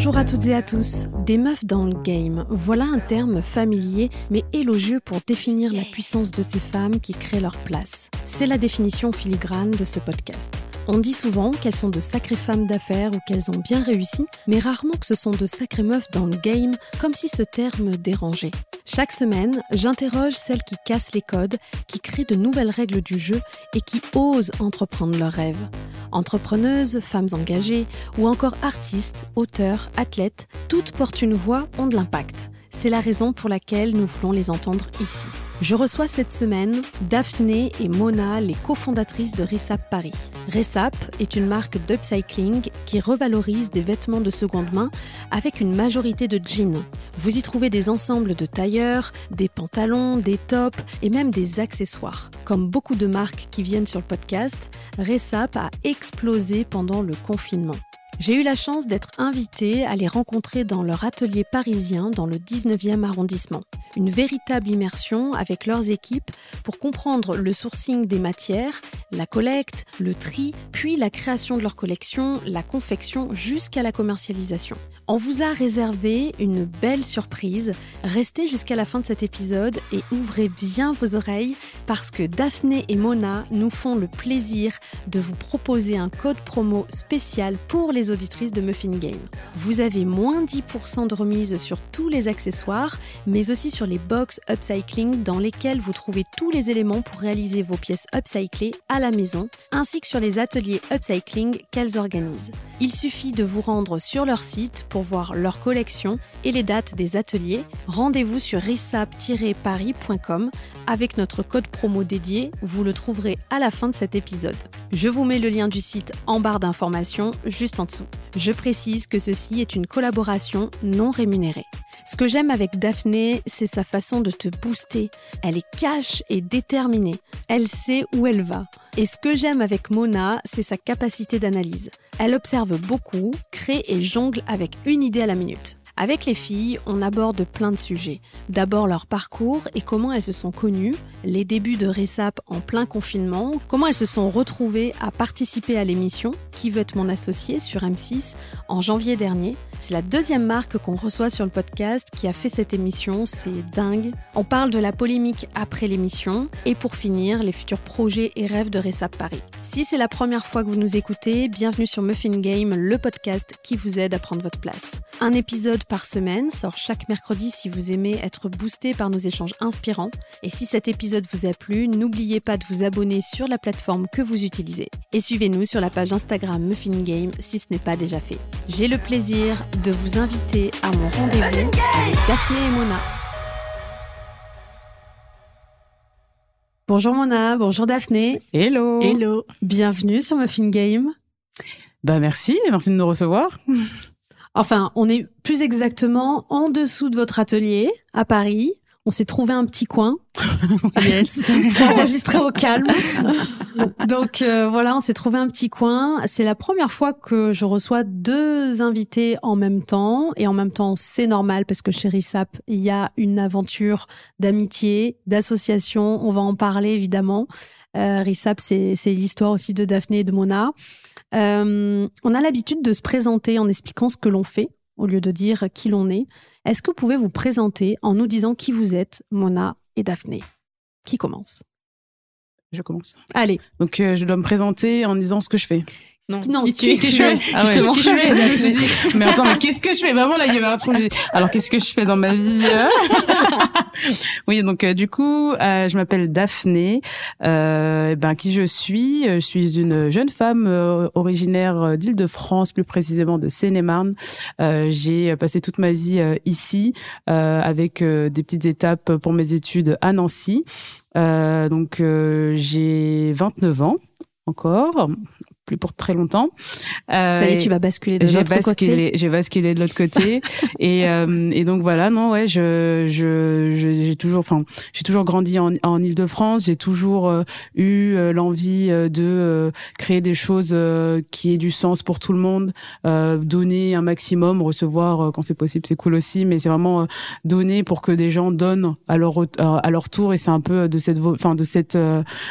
Bonjour à toutes et à tous. Des meufs dans le game, voilà un terme familier mais élogieux pour définir la puissance de ces femmes qui créent leur place. C'est la définition filigrane de ce podcast. On dit souvent qu'elles sont de sacrées femmes d'affaires ou qu'elles ont bien réussi, mais rarement que ce sont de sacrées meufs dans le game, comme si ce terme dérangeait. Chaque semaine, j'interroge celles qui cassent les codes, qui créent de nouvelles règles du jeu et qui osent entreprendre leurs rêves. Entrepreneuses, femmes engagées ou encore artistes, auteurs, athlètes, toutes portent une voix, ont de l'impact. C'est la raison pour laquelle nous voulons les entendre ici. Je reçois cette semaine Daphné et Mona, les cofondatrices de Resap Paris. Resap est une marque d'upcycling qui revalorise des vêtements de seconde main avec une majorité de jeans. Vous y trouvez des ensembles de tailleurs, des pantalons, des tops et même des accessoires. Comme beaucoup de marques qui viennent sur le podcast, Resap a explosé pendant le confinement. J'ai eu la chance d'être invitée à les rencontrer dans leur atelier parisien dans le 19e arrondissement. Une véritable immersion avec leurs équipes pour comprendre le sourcing des matières, la collecte, le tri, puis la création de leur collection, la confection jusqu'à la commercialisation. On vous a réservé une belle surprise. Restez jusqu'à la fin de cet épisode et ouvrez bien vos oreilles parce que Daphné et Mona nous font le plaisir de vous proposer un code promo spécial pour les auditrices de Muffin Game. Vous avez moins 10% de remise sur tous les accessoires, mais aussi sur les box upcycling dans lesquelles vous trouvez tous les éléments pour réaliser vos pièces upcyclées à la maison, ainsi que sur les ateliers upcycling qu'elles organisent. Il suffit de vous rendre sur leur site pour voir leur collection et les dates des ateliers. Rendez-vous sur resap-paris.com avec notre code promo dédié, vous le trouverez à la fin de cet épisode. Je vous mets le lien du site en barre d'informations juste en dessous. Je précise que ceci est une collaboration non rémunérée. Ce que j'aime avec Daphné, c'est sa façon de te booster. Elle est cash et déterminée. Elle sait où elle va. Et ce que j'aime avec Mona, c'est sa capacité d'analyse. Elle observe beaucoup, crée et jongle avec une idée à la minute. Avec les filles, on aborde plein de sujets. D'abord leur parcours et comment elles se sont connues, les débuts de Resap en plein confinement, comment elles se sont retrouvées à participer à l'émission Qui veut être mon associé sur M6 en janvier dernier. C'est la deuxième marque qu'on reçoit sur le podcast qui a fait cette émission, c'est dingue. On parle de la polémique après l'émission et pour finir, les futurs projets et rêves de Resap Paris. Si c'est la première fois que vous nous écoutez, bienvenue sur Muffin Game, le podcast qui vous aide à prendre votre place. Un épisode par semaine sort chaque mercredi si vous aimez être boosté par nos échanges inspirants. Et si cet épisode vous a plu, n'oubliez pas de vous abonner sur la plateforme que vous utilisez. Et suivez-nous sur la page Instagram Muffin Game si ce n'est pas déjà fait. J'ai le plaisir de vous inviter à mon rendez-vous avec Daphné et Mona. Bonjour Mona, bonjour Daphné. Hello. Hello. Bienvenue sur Muffin Game. Merci de nous recevoir. Enfin, on est plus exactement en dessous de votre atelier à Paris. On s'est trouvé un petit coin. Yes. Pour enregistrer au calme. Donc voilà, on s'est trouvé un petit coin. C'est la première fois que je reçois deux invités en même temps. Et en même temps, c'est normal parce que chez Resap, il y a une aventure d'amitié, d'association. On va en parler évidemment. Resap, c'est l'histoire aussi de Daphné et de Mona. On a l'habitude de se présenter en expliquant ce que l'on fait au lieu de dire qui l'on est. Est-ce que vous pouvez vous présenter en nous disant qui vous êtes, Mona et Daphné? Qui commence? Je commence. Allez. Donc, je dois me présenter en disant ce que je fais. Non, qui tu es. Ah ouais, qui je fais. Je me suis dit, mais attends, mais qu'est-ce que je fais? Vraiment, là, il y avait un truc. Alors, qu'est-ce que je fais dans ma vie? Oui, donc, du coup, je m'appelle Daphné. Qui je suis? Je suis une jeune femme originaire d'Île-de-France, plus précisément de Seine-et-Marne. J'ai passé toute ma vie ici, avec des petites étapes pour mes études à Nancy. J'ai 29 ans encore. Plus pour très longtemps. Ça y est, tu vas basculer de l'autre côté. J'ai basculé de l'autre côté. et donc voilà, non, ouais, j'ai toujours grandi en Île-de-France. J'ai toujours eu l'envie de créer des choses qui aient du sens pour tout le monde, donner un maximum, recevoir quand c'est possible, c'est cool aussi, mais c'est vraiment donner pour que des gens donnent à leur tour. Et c'est un peu de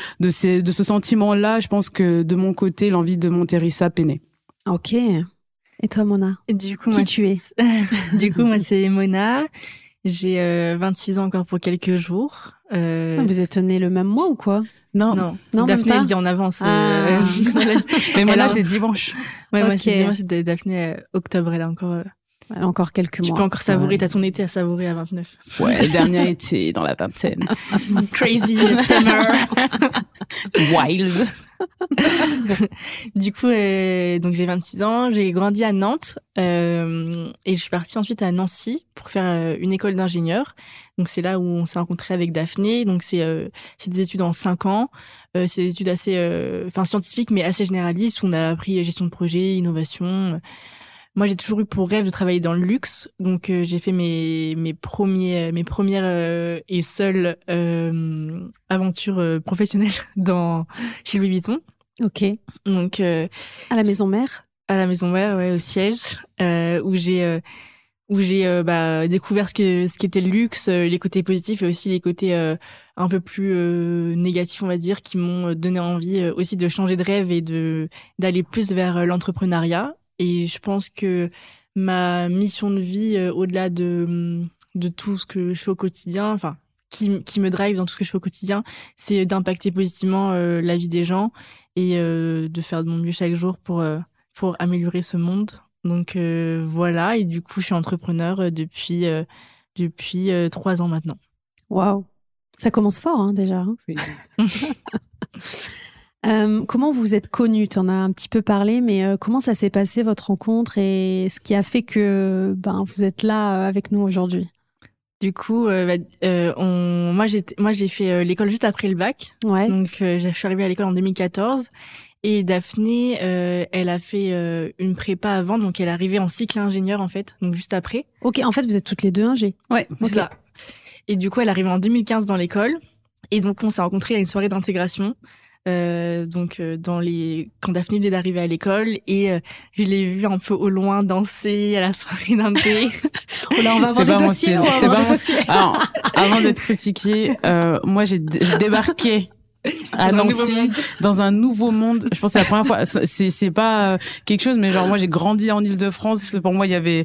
ce sentiment-là, je pense que de mon côté, l'envie de monter Resap est née. Ok. Et toi, Mona? Du coup, Qui tu es? Du coup, moi, c'est Mona. J'ai 26 ans encore pour quelques jours. Vous êtes nés le même mois ou quoi? Non, Daphné, elle dit en avance. Mais Mona, c'est dimanche. Ouais, moi, c'est dimanche. Daphné, octobre, elle a encore... Elle a encore quelques mois. Tu peux encore savourer, t'as ton été à savourer à 29. Ouais, le dernier été dans la vingtaine. Crazy summer. Wild. Du coup, donc j'ai 26 ans, j'ai grandi à Nantes et je suis partie ensuite à Nancy pour faire une école d'ingénieur. Donc c'est là où on s'est rencontrés avec Daphné. Donc c'est des études en 5 ans. C'est des études assez scientifiques mais assez généralistes où on a appris gestion de projet, innovation. Moi, j'ai toujours eu pour rêve de travailler dans le luxe, donc j'ai fait mes premières et seules aventures professionnelles chez Louis Vuitton. Ok. Donc à la maison mère. À la maison mère, ouais, au siège, où j'ai découvert ce qu'était le luxe, les côtés positifs et aussi les côtés un peu plus négatifs, on va dire, qui m'ont donné envie aussi de changer de rêve et d'aller plus vers l'entrepreneuriat. Et je pense que ma mission de vie, au-delà de tout ce que je fais au quotidien, enfin, qui me drive dans tout ce que je fais au quotidien, c'est d'impacter positivement la vie des gens et de faire de mon mieux chaque jour pour améliorer ce monde. Donc voilà, et du coup, je suis entrepreneur depuis 3 ans maintenant. Waouh, ça commence fort hein, déjà. Hein. Comment vous êtes connus? Tu en as un petit peu parlé, mais comment ça s'est passé votre rencontre et ce qui a fait que vous êtes là avec nous aujourd'hui? Du coup, moi j'ai fait l'école juste après le bac. Ouais. Donc je suis arrivée à l'école en 2014 et Daphné, elle a fait une prépa avant, donc elle est arrivée en cycle ingénieur en fait, donc juste après. Ok, en fait vous êtes toutes les deux ingé. Ouais, c'est ça. Et du coup, elle est arrivée en 2015 dans l'école et donc on s'est rencontrés à une soirée d'intégration. Quand Daphné venait d'arriver à l'école et je l'ai vue un peu au loin danser à la soirée d'inté. On va avoir des dossiers. Alors, avant d'être critiquée, moi j'ai débarqué à Nancy dans un nouveau monde. Je pense que c'est la première fois. C'est pas quelque chose, mais genre moi j'ai grandi en Île-de-France. Pour moi il y avait,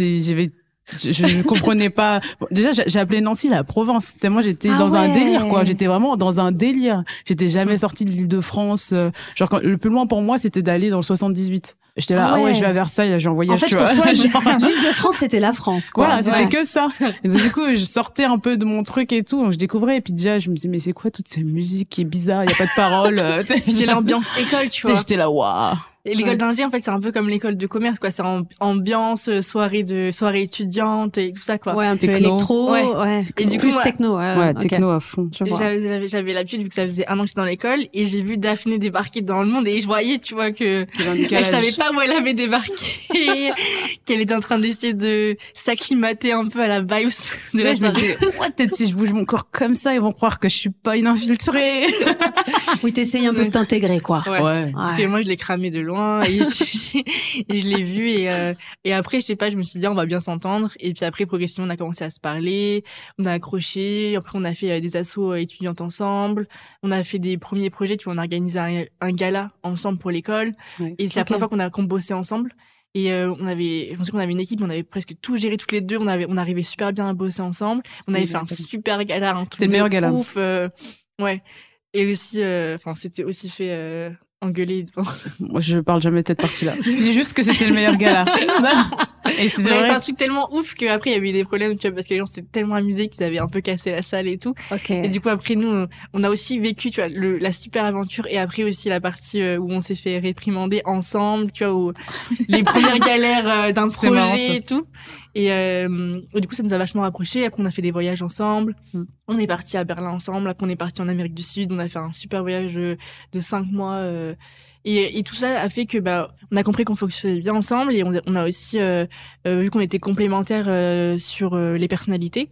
je comprenais pas. Bon, déjà, j'ai appelé Nancy la Provence. Tellement j'étais dans un délire, quoi. J'étais vraiment dans un délire. J'étais jamais sortie de l'Île-de-France. Genre, le plus loin pour moi, c'était d'aller dans le 78. J'étais là, je vais à Versailles, là, j'ai envoyé. En fait, pour toi, l'Île-de-France, c'était la France, quoi. Voilà, c'était que ça. Et du coup, je sortais un peu de mon truc et tout. Donc, je découvrais. Et puis déjà, je me disais, mais c'est quoi toute cette musique qui est bizarre? Il y a pas de paroles. J'ai l'ambiance école, tu vois. J'étais là, waouh. Et l'école d'ingé, en fait, c'est un peu comme l'école de commerce, quoi. C'est ambiance, soirée étudiante et tout ça, quoi. Ouais, un peu électro. Ouais. Et du coup, plus techno. Ouais, techno à fond. J'avais l'habitude, vu que ça faisait 1 an que j'étais dans l'école, et j'ai vu Daphné débarquer dans le monde, et je voyais, tu vois, elle savait pas où elle avait débarqué, qu'elle était en train d'essayer de s'acclimater un peu à la vibes de la soirée. Peut-être si je bouge mon corps comme ça, ils vont croire que je suis pas une infiltrée. Oui, t'essayes un peu de t'intégrer, quoi. Ouais. Parce que moi, je l'ai cramé de loin. Et je l'ai vu et après je sais pas, je me suis dit on va bien s'entendre et puis après progressivement on a commencé à se parler, on a accroché, après on a fait des assos étudiantes ensemble, on a fait des premiers projets, tu vois, on a organisé un gala ensemble pour l'école et c'est la première fois qu'on bossait ensemble et je me souviens qu'on avait une équipe, on avait presque tout géré toutes les deux, on arrivait super bien à bosser ensemble, on avait fait un super gala, c'était le meilleur gala. Ouf, ouais. Et aussi c'était aussi fait engueuler. Moi, je parle jamais de cette partie-là. Je dis juste que c'était le meilleur gala. Et on avait fait un truc tellement ouf qu'après, il y avait eu des problèmes, tu vois, parce que les gens s'étaient tellement amusés qu'ils avaient un peu cassé la salle et tout. Okay. Et du coup, après, nous, on a aussi vécu, tu vois, la super aventure et après aussi la partie où on s'est fait réprimander ensemble, tu vois, où les premières galères d'un projet et tout. Et du coup, ça nous a vachement rapprochés. Après, on a fait des voyages ensemble. On est parti à Berlin ensemble. Après, on est parti en Amérique du Sud. On a fait un super voyage de 5 mois. Et tout ça a fait que on a compris qu'on fonctionnait bien ensemble. Et on a aussi vu qu'on était complémentaires sur les personnalités.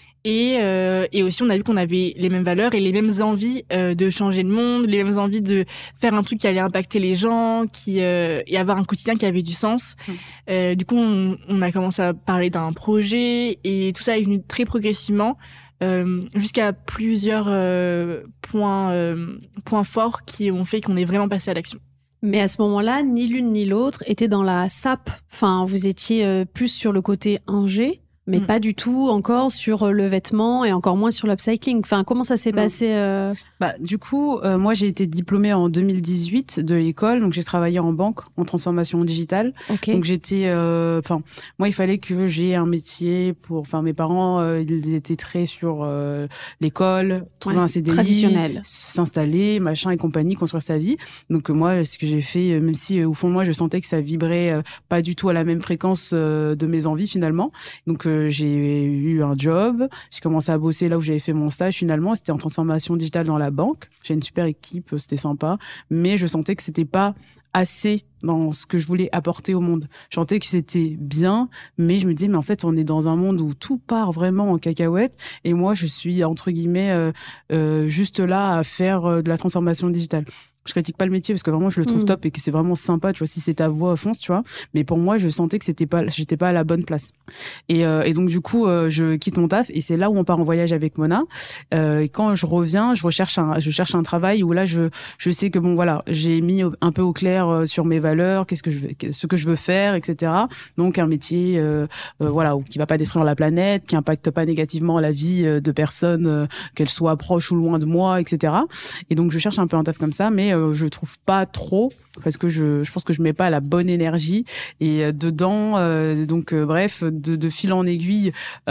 Et aussi, on a vu qu'on avait les mêmes valeurs et les mêmes envies de changer le monde, les mêmes envies de faire un truc qui allait impacter les gens, et avoir un quotidien qui avait du sens. Du coup, on a commencé à parler d'un projet et tout ça est venu très progressivement jusqu'à plusieurs points forts qui ont fait qu'on est vraiment passé à l'action. Mais à ce moment-là, ni l'une ni l'autre étaient dans la SAP. Enfin, vous étiez plus sur le côté ingé, mais pas du tout encore sur le vêtement et encore moins sur l'upcycling. Enfin, comment ça s'est passé Du coup, moi, j'ai été diplômée en 2018 de l'école, donc j'ai travaillé en banque, en transformation digitale. Okay. Donc j'étais, moi, il fallait que j'ai un métier pour. Enfin, mes parents, ils étaient très sur l'école, trouver un CDI, traditionnel, s'installer, machin et compagnie, construire sa vie. Donc moi, ce que j'ai fait, même si au fond de moi, je sentais que ça vibrait pas du tout à la même fréquence de mes envies finalement. Donc j'ai eu un job, j'ai commencé à bosser là où j'avais fait mon stage finalement, c'était en transformation digitale dans la banque. J'ai une super équipe, c'était sympa, mais je sentais que c'était pas assez dans ce que je voulais apporter au monde. Je sentais que c'était bien, mais je me disais, mais en fait, on est dans un monde où tout part vraiment en cacahuète, et moi, je suis, entre guillemets, juste là à faire de la transformation digitale. Je critique pas le métier parce que vraiment je le trouve top et que c'est vraiment sympa, tu vois, si c'est ta voix, fonce, tu vois. Mais pour moi, je sentais que j'étais pas à la bonne place. Et donc du coup, je quitte mon taf et c'est là où on part en voyage avec Mona. Et quand je reviens, je cherche un travail où là je sais que bon voilà, j'ai mis un peu au clair sur mes valeurs, ce que je veux faire, etc. Donc un métier, voilà, qui va pas détruire la planète, qui impacte pas négativement la vie de personnes, qu'elles soient proches ou loin de moi, etc. Et donc je cherche un peu un taf comme ça, mais je trouve pas trop parce que je pense que je mets pas la bonne énergie et dedans donc bref de fil en aiguille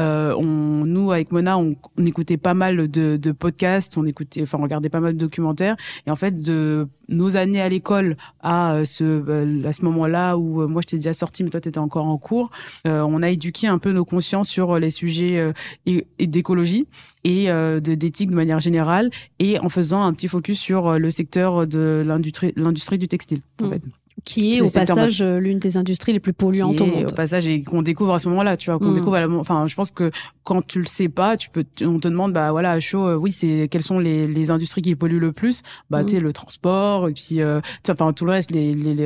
nous avec Mona on écoutait pas mal de podcasts, on regardait pas mal de documentaires et en fait de nos années à l'école à ce moment-là où moi j'étais déjà sortie mais toi t'étais encore en cours, on a éduqué un peu nos consciences sur les sujets d'écologie et d'éthique de manière générale et en faisant un petit focus sur le secteur de l'industrie du textile en fait. Qui est au passage l'une des industries les plus polluantes au monde. Au passage et qu'on découvre à ce moment-là, tu vois, qu'on découvre je pense que quand tu le sais pas, on te demande bah voilà à chaud quelles sont les industries qui polluent le plus, tu sais le transport et puis tout le reste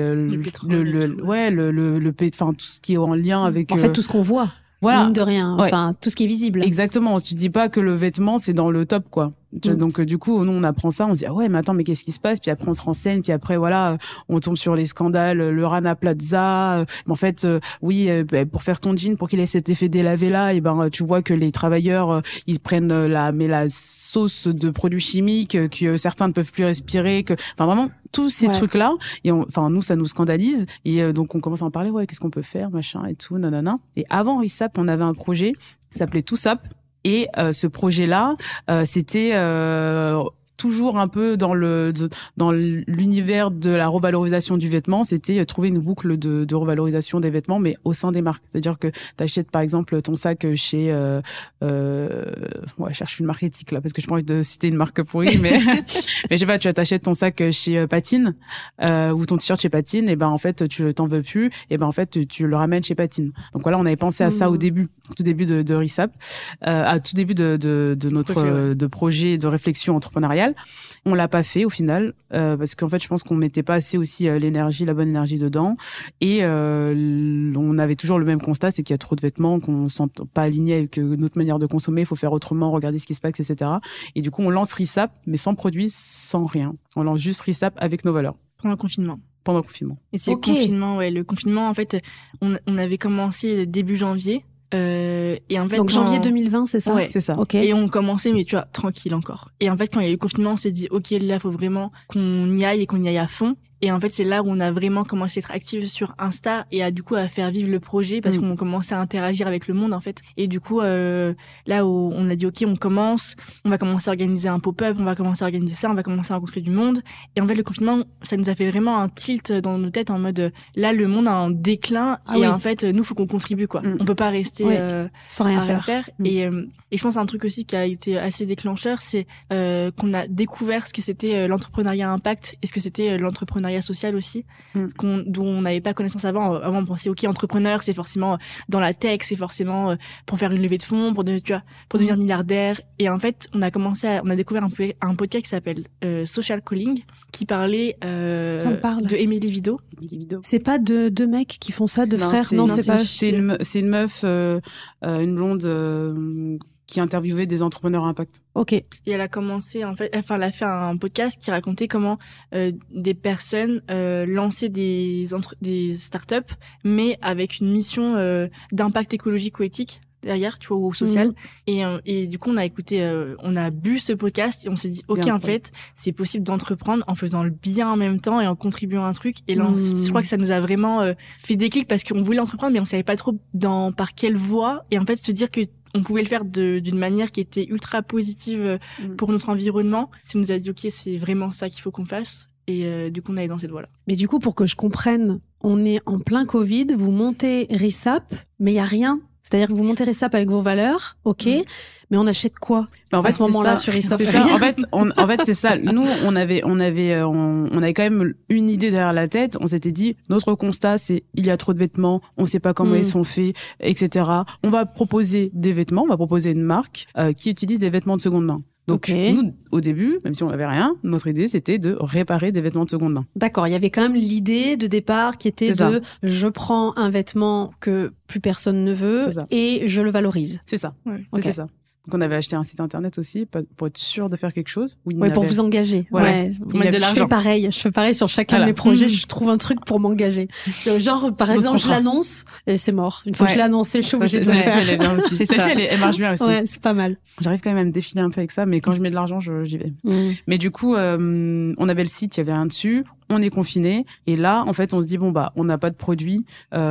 tout ce qui est en lien avec en fait tout ce qu'on voit. Voilà. Mine de rien, tout ce qui est visible. Exactement, tu dis pas que le vêtement c'est dans le top quoi. Donc du coup nous on apprend ça, on se dit ah ouais mais attends mais qu'est-ce qui se passe, puis après on se renseigne, puis après voilà on tombe sur les scandales, le Rana Plaza, en fait pour faire ton jean pour qu'il ait cet effet délavé là et tu vois que les travailleurs ils prennent la sauce de produits chimiques que certains ne peuvent plus respirer, vraiment tous ces trucs là et nous ça nous scandalise et donc on commence à en parler, qu'est-ce qu'on peut faire machin et tout nanana. Et avant RISAP on avait un projet qui s'appelait TOUSAP. Et ce projet-là, c'était toujours un peu dans l'univers de la revalorisation du vêtement, c'était trouver une boucle de revalorisation des vêtements, mais au sein des marques. C'est-à-dire que t'achètes par exemple ton sac chez, je cherche une marque éthique là parce que je pas envie de citer une marque pourrie, mais je sais pas, t'achètes ton sac chez Patine ou ton t-shirt chez Patine, et en fait tu t'en veux plus, et en fait tu le ramènes chez Patine. Donc voilà, on avait pensé à ça tout début de RISAP, à tout début de notre de projet de réflexion entrepreneuriale. On l'a pas fait au final parce qu'en fait je pense qu'on mettait pas assez aussi la bonne énergie dedans et on avait toujours le même constat, c'est qu'il y a trop de vêtements qu'on sent pas alignés avec notre manière de consommer, il faut faire autrement, regarder ce qui se passe, etc. Et du coup on lance RISAP mais sans produit, sans rien, on lance juste RISAP avec nos valeurs. Pendant le confinement. Et c'est le confinement en fait on avait commencé début janvier. Et en fait, donc janvier 2020, c'est ça? Ouais, c'est ça. Okay. Et on commençait, mais tu vois, tranquille encore. Et en fait, quand il y a eu le confinement, on s'est dit, ok, là, faut vraiment qu'on y aille et qu'on y aille à fond. Et en fait, c'est là où on a vraiment commencé à être active sur Insta et à faire vivre le projet parce qu'on commençait à interagir avec le monde, en fait. Et du coup, là où on a dit, ok, on va commencer à organiser un pop-up, on va commencer à organiser ça, on va commencer à rencontrer du monde. Et en fait, le confinement, ça nous a fait vraiment un tilt dans nos têtes en mode, là, le monde a un déclin en fait, nous, faut qu'on contribue, quoi. On peut pas rester sans rien faire. Et je pense un truc aussi qui a été assez déclencheur, c'est qu'on a découvert ce que c'était l'entrepreneuriat impact et ce que c'était l'entrepreneuriat social aussi, dont on n'avait pas connaissance avant. Avant, on pensait, ok, entrepreneur, c'est forcément dans la tech, c'est forcément pour faire une levée de fonds, pour devenir milliardaire. Et en fait, on a découvert un podcast qui s'appelle Social Calling, qui parlait de Émilie Vido. C'est pas deux mecs qui font ça, deux frères? Non, c'est pas. C'est une meuf, une blonde, qui interviewait des entrepreneurs à impact. Ok. Et elle a commencé, elle a fait un podcast qui racontait comment des personnes lançaient des startups, mais avec une mission d'impact écologique ou éthique derrière, tu vois, ou social. Et du coup, on a écouté, on a bu ce podcast et on s'est dit, ok, en fait, c'est possible d'entreprendre en faisant le bien en même temps et en contribuant à un truc. Et là, je crois que ça nous a vraiment fait déclic parce qu'on voulait entreprendre, mais on savait pas trop par quelle voie. Et en fait, se dire que on pouvait le faire d'une manière qui était ultra positive pour notre environnement. Ça nous a dit, ok, c'est vraiment ça qu'il faut qu'on fasse. Et du coup, on allait dans cette voie-là. Mais du coup, pour que je comprenne, on est en plein Covid, vous montez Resap, mais il y a rien. C'est-à-dire que vous montez Resap avec vos valeurs, ok, mais on achète quoi à ce moment-là sur Resap? En fait, c'est ça. Nous, on avait quand même une idée derrière la tête. On s'était dit, notre constat, c'est il y a trop de vêtements, on sait pas comment ils sont faits, etc. On va proposer des vêtements, on va proposer une marque qui utilise des vêtements de seconde main. Donc, nous, au début, même si on n'avait rien, notre idée, c'était de réparer des vêtements de seconde main. D'accord. Il y avait quand même l'idée de départ qui était je prends un vêtement que plus personne ne veut et je le valorise. C'est ça. Ouais. C'était ça. Donc, on avait acheté un site internet aussi pour être sûr de faire quelque chose. Pour vous engager. Voilà. Pour mettre de l'argent. Je fais pareil sur chacun de mes projets. Je trouve un truc pour m'engager. C'est genre, par exemple, je l'annonce et c'est mort. Une fois que je l'ai annoncé, je suis obligée de le faire. Elle est bien aussi. Elle marche bien aussi. Ouais, c'est pas mal. J'arrive quand même à me défiler un peu avec ça, mais quand je mets de l'argent, j'y vais. Mais du coup, on avait le site, il y avait rien dessus. On est confiné et là, en fait, on se dit on n'a pas de produit,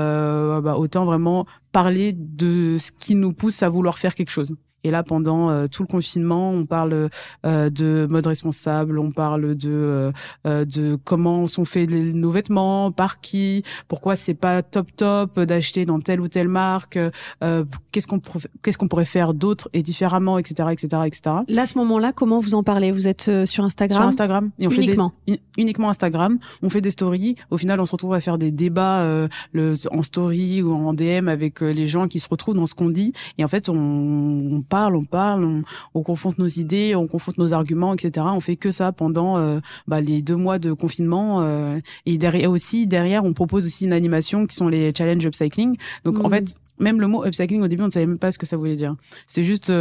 autant vraiment parler de ce qui nous pousse à vouloir faire quelque chose. Et là, pendant tout le confinement, on parle de mode responsable, on parle de comment sont faits nos vêtements, par qui, pourquoi c'est pas top d'acheter dans telle ou telle marque, qu'est-ce qu'on pourrait faire d'autre et différemment, etc., etc., etc. Là, à ce moment-là, comment vous en parlez? Vous êtes sur Instagram? Sur Instagram. Et on uniquement. Uniquement Instagram. On fait des stories. Au final, on se retrouve à faire des débats en story ou en DM avec les gens qui se retrouvent dans ce qu'on dit. Et en fait, on parle, on confronte nos idées, on confronte nos arguments, etc. On fait que ça pendant les 2 mois de confinement. Et derrière, on propose aussi une animation qui sont les challenges upcycling. Donc en fait, même le mot upcycling, au début, on ne savait même pas ce que ça voulait dire. C'est juste,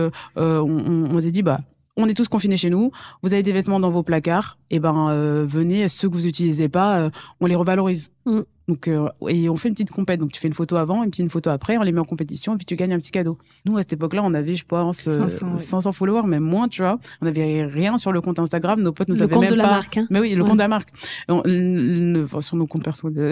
on s'est dit, on est tous confinés chez nous, vous avez des vêtements dans vos placards, et venez, ceux que vous utilisez pas, on les revalorise. Donc, et on fait une petite compète. Donc, tu fais une photo avant et puis une photo après, on les met en compétition et puis tu gagnes un petit cadeau. Nous, à cette époque-là, on avait, je pense, 500 followers, même moins, tu vois. On avait rien sur le compte Instagram. Nos potes nous avaient même pas. Le compte de la marque, hein. Mais oui, le compte de la marque. Sur nos comptes perso, il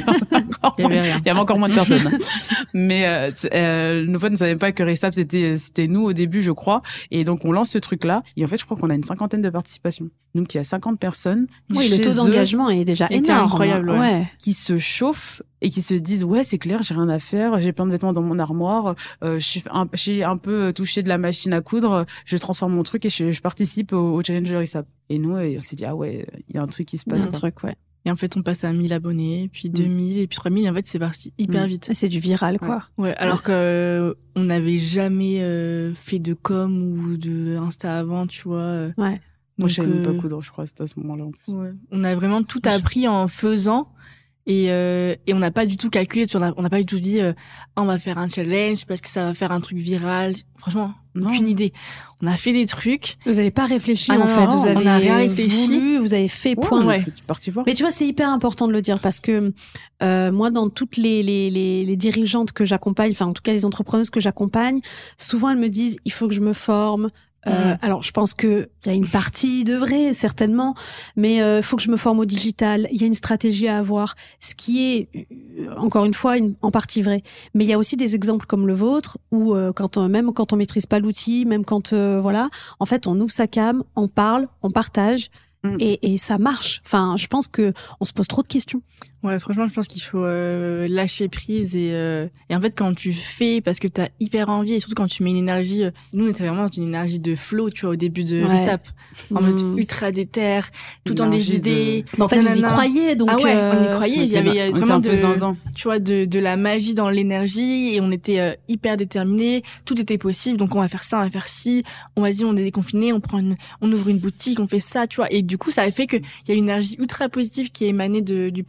y avait encore moins de personnes. Mais, nos potes ne savaient pas que Resap, c'était nous au début, je crois. Et donc, on lance ce truc-là. Et en fait, je crois qu'on a une 50aine de participations. Donc, il y a 50 personnes. Oui, le taux d'engagement est déjà énorme. Incroyable, ouais. Qui se chauffent et qui se disent c'est clair, j'ai rien à faire, j'ai plein de vêtements dans mon armoire, j'ai un peu touché de la machine à coudre, je transforme mon truc et je participe au challenge de Resap. Et nous on s'est dit il y a un truc qui se passe. Et en fait, on passe à 1000 abonnés, puis 2000, et puis 3000. Et en fait, c'est parti hyper vite. C'est du viral, quoi. Ouais, alors que on n'avait jamais fait de com ou de Insta avant, tu vois. Ouais. Moi, je savais même pas coudre, je crois, c'était à ce moment-là. Ouais. On a vraiment tout appris en faisant. Et on n'a pas du tout calculé, on n'a pas du tout dit on va faire un challenge parce que ça va faire un truc viral. Franchement, aucune idée. On a fait des trucs. Vous n'avez pas réfléchi en fait. Vous avez rien réfléchi. Vous avez fait point. Ouais. Mais tu vois, c'est hyper important de le dire parce que moi, dans toutes les dirigeantes que j'accompagne, enfin en tout cas les entrepreneuses que j'accompagne, souvent elles me disent il faut que je me forme. Alors, je pense que il y a une partie de vrai, certainement, mais faut que je me forme au digital. Il y a une stratégie à avoir, ce qui est, encore une fois, en partie vrai. Mais il y a aussi des exemples comme le vôtre où, même quand on maîtrise pas l'outil, même quand, en fait, on ouvre sa cam, on parle, on partage. Et ça marche. Enfin, je pense que on se pose trop de questions. Ouais, franchement, je pense qu'il faut lâcher prise et en fait, quand tu fais parce que t'as hyper envie et surtout quand tu mets une énergie, nous on était vraiment dans une énergie de flow, tu vois, au début de Resap, en mode ultra déter, tout le temps des idées. Mais en fait, vous y croyez, donc. Ah ouais, on y croyait. Il y avait vraiment tu vois, de la magie dans l'énergie et on était hyper déterminés. Tout était possible, donc on va faire ça, on va faire ci. On est déconfiné, on ouvre une boutique, on fait ça, tu vois. Et du coup, ça a fait qu'il y a une énergie ultra positive qui est émanée du projet.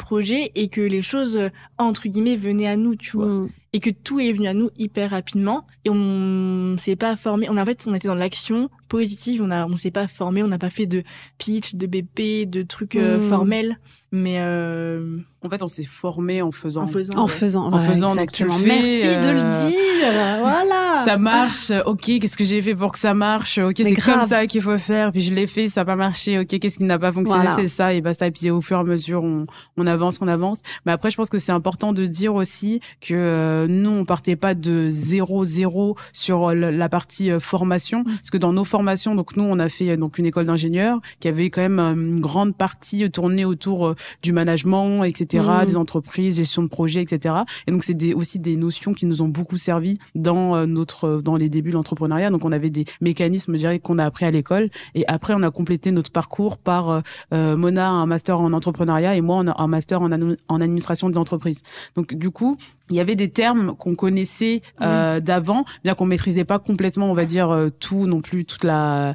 fait et que les choses, entre guillemets, venaient à nous, tu vois. Et que tout est venu à nous hyper rapidement et on s'est pas formé. En fait, on était dans l'action positive, on s'est pas formé, on n'a pas fait de pitch, de BP, de trucs formels. Mais en fait, on s'est formé en faisant. En faisant, exactement. Donc, merci de le dire. Voilà. Ça marche. Ok, qu'est-ce que j'ai fait pour que ça marche? Ok, c'est comme ça qu'il faut faire. Puis je l'ai fait, ça n'a pas marché. Ok, qu'est-ce qui n'a pas fonctionné? Voilà. C'est ça. Et basta. Et puis au fur et à mesure, on avance. Mais après, je pense que c'est important de dire aussi que nous, on partait pas de 0 sur la partie formation, parce que dans nos formations, donc nous, on a fait donc une école d'ingénieurs qui avait quand même une grande partie tournée autour du management, etc., des entreprises, gestion de projet, etc. Et donc c'est aussi des notions qui nous ont beaucoup servi dans les débuts de l'entrepreneuriat. Donc on avait des mécanismes, je dirais, qu'on a appris à l'école. Et après, on a complété notre parcours par Mona, un master en entrepreneuriat, et moi, un master en administration des entreprises. Donc du coup, il y avait des termes qu'on connaissait d'avant, bien qu'on maîtrisait pas complètement, on va dire, tout non plus, toute la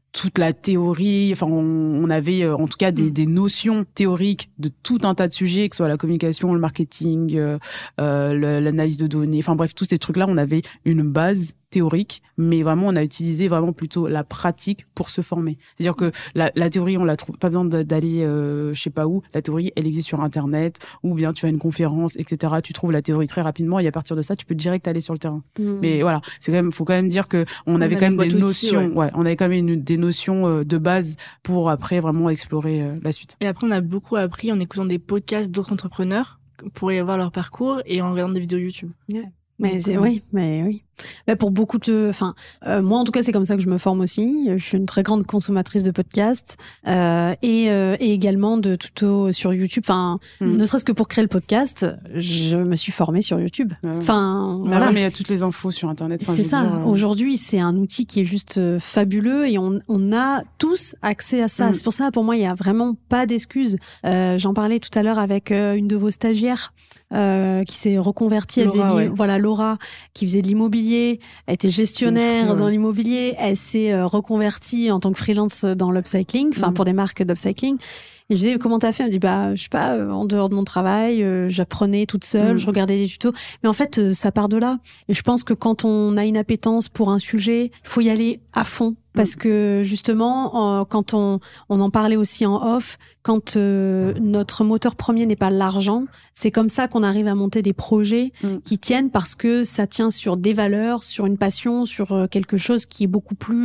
théorie. Enfin, on avait en tout cas des notions théoriques de tout un tas de sujets, que ce soit la communication, le marketing, l'analyse de données. Enfin bref, tous ces trucs-là, on avait une base théorique, mais vraiment on a utilisé vraiment plutôt la pratique pour se former. C'est-à-dire que la théorie, on la trouve pas besoin d'aller je sais pas où. La théorie, elle existe sur internet, ou bien tu as une conférence, etc. Tu trouves la théorie très rapidement et à partir de ça, tu peux direct aller sur le terrain. Mais voilà, faut quand même dire que on avait quand même des notions, on avait quand même des notions de base pour après vraiment explorer la suite. Et après, on a beaucoup appris en écoutant des podcasts d'autres entrepreneurs pour y voir leur parcours et en regardant des vidéos YouTube. Ouais. Mais oui. Mais pour beaucoup moi en tout cas c'est comme ça que je me forme aussi. Je suis une très grande consommatrice de podcasts et également de tutos sur YouTube. Ne serait-ce que pour créer le podcast, je me suis formée sur YouTube. Voilà. Mais il y a toutes les infos sur Internet. C'est ça. Aujourd'hui, c'est un outil qui est juste fabuleux et on a tous accès à ça. C'est pour ça, pour moi, il y a vraiment pas d'excuses. J'en parlais tout à l'heure avec une de vos stagiaires. Qui s'est reconvertie, Laura, qui faisait de l'immobilier, elle était gestionnaire dans l'immobilier, elle s'est reconvertie en tant que freelance dans l'upcycling, pour des marques d'upcycling. Et je disais, comment t'as fait? Elle me dit, je sais pas, en dehors de mon travail, j'apprenais toute seule, je regardais des tutos. Mais en fait, ça part de là. Et je pense que quand on a une appétence pour un sujet, il faut y aller à fond. Parce que justement, quand on en parlait aussi en off, quand notre moteur premier n'est pas l'argent, c'est comme ça qu'on arrive à monter des projets qui tiennent, parce que ça tient sur des valeurs, sur une passion, sur quelque chose qui est beaucoup plus,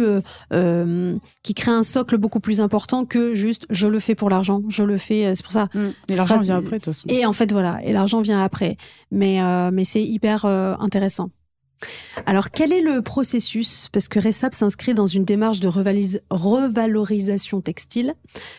qui crée un socle beaucoup plus important que juste je le fais pour l'argent, je le fais, c'est pour ça. Et l'argent vient après, de toute façon. Et en fait voilà, et l'argent vient après. Mais c'est hyper intéressant. Alors, quel est le processus? Parce que Ressap s'inscrit dans une démarche de revalorisation textile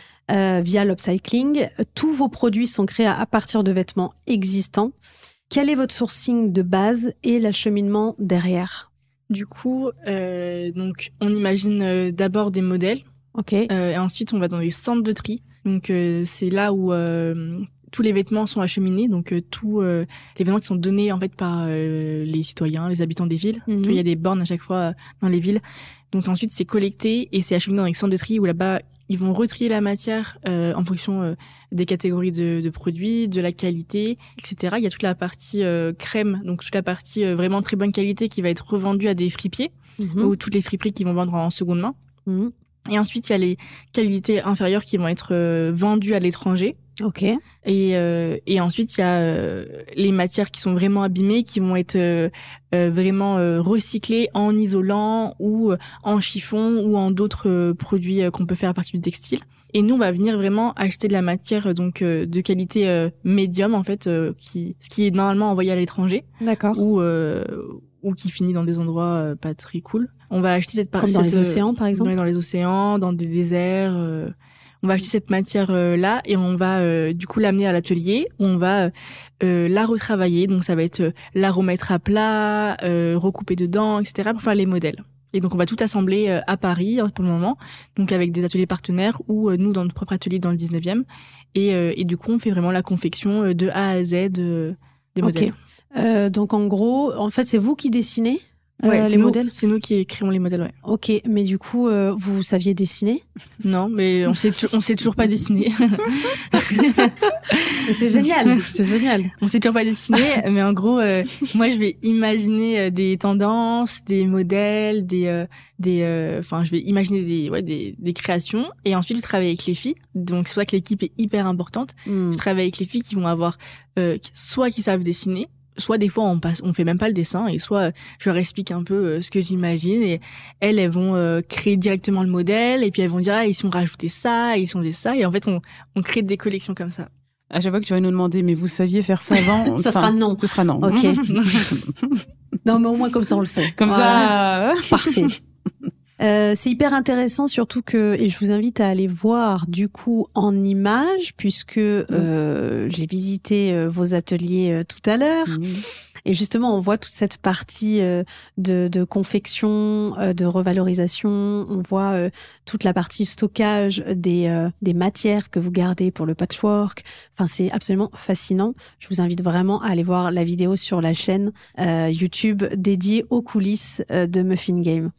via l'upcycling. Tous vos produits sont créés à partir de vêtements existants. Quel est votre sourcing de base et l'acheminement derrière? Du coup, donc on imagine d'abord des modèles. Ok. Et ensuite, on va dans les centres de tri. Donc, c'est là où tous les vêtements sont acheminés, donc tous les vêtements qui sont donnés en fait par les citoyens, les habitants des villes. Tu vois, il y a des bornes à chaque fois dans les villes. Donc ensuite c'est collecté et c'est acheminé dans les centres de tri où là-bas ils vont retrier la matière en fonction des catégories de produits, de la qualité, etc. Il y a toute la partie crème, donc toute la partie vraiment très bonne qualité qui va être revendue à des fripiers ou toutes les friperies qui vont vendre en seconde main. Et ensuite il y a les qualités inférieures qui vont être vendues à l'étranger. Ok. Et ensuite il y a les matières qui sont vraiment abîmées, qui vont être vraiment recyclées en isolant ou en chiffon ou en d'autres produits qu'on peut faire à partir du textile. Et nous on va venir vraiment acheter de la matière donc de qualité médium en fait, ce qui est normalement envoyé à l'étranger. D'accord. Ou qui finit dans des endroits pas très cool. On va acheter cette partie dans les océans par exemple. Dans les océans, dans des déserts. On va acheter cette matière-là et on va du coup l'amener à l'atelier où on va la retravailler. Donc ça va être la remettre à plat, recouper dedans, etc. pour faire les modèles. Et donc on va tout assembler à Paris pour le moment, donc avec des ateliers partenaires ou nous dans notre propre atelier dans le 19e. Et du coup on fait vraiment la confection de A à Z des modèles. Donc en gros, en fait c'est vous qui dessinez les modèles? C'est nous qui créons les modèles, ouais. Ok, mais du coup, vous saviez dessiner? Non, mais on sait toujours pas dessiner. C'est génial, c'est génial. On sait toujours pas dessiner, mais en gros, moi, je vais imaginer des tendances, des modèles, je vais imaginer des créations, et ensuite je travaille avec les filles. Donc c'est pour ça que l'équipe est hyper importante. Je travaille avec les filles qui vont avoir soit qui savent dessiner, soit des fois on fait même pas le dessin, et soit je leur explique un peu ce que j'imagine, et elles vont créer directement le modèle, et puis elles vont dire ils sont rajoutés ça, ils sont des ça, et en fait on crée des collections comme ça. À chaque fois que tu vas nous demander, mais vous saviez faire ça avant? Ça sera non. Ce sera non. Ok. Non, mais au moins comme ça on le sait. Comme ça. Parfait. C'est hyper intéressant, surtout et je vous invite à aller voir du coup en images, puisque j'ai visité vos ateliers tout à l'heure. Et justement, on voit toute cette partie de confection, de revalorisation. On voit toute la partie stockage des matières que vous gardez pour le patchwork. Enfin, c'est absolument fascinant. Je vous invite vraiment à aller voir la vidéo sur la chaîne YouTube dédiée aux coulisses de Muffin Game.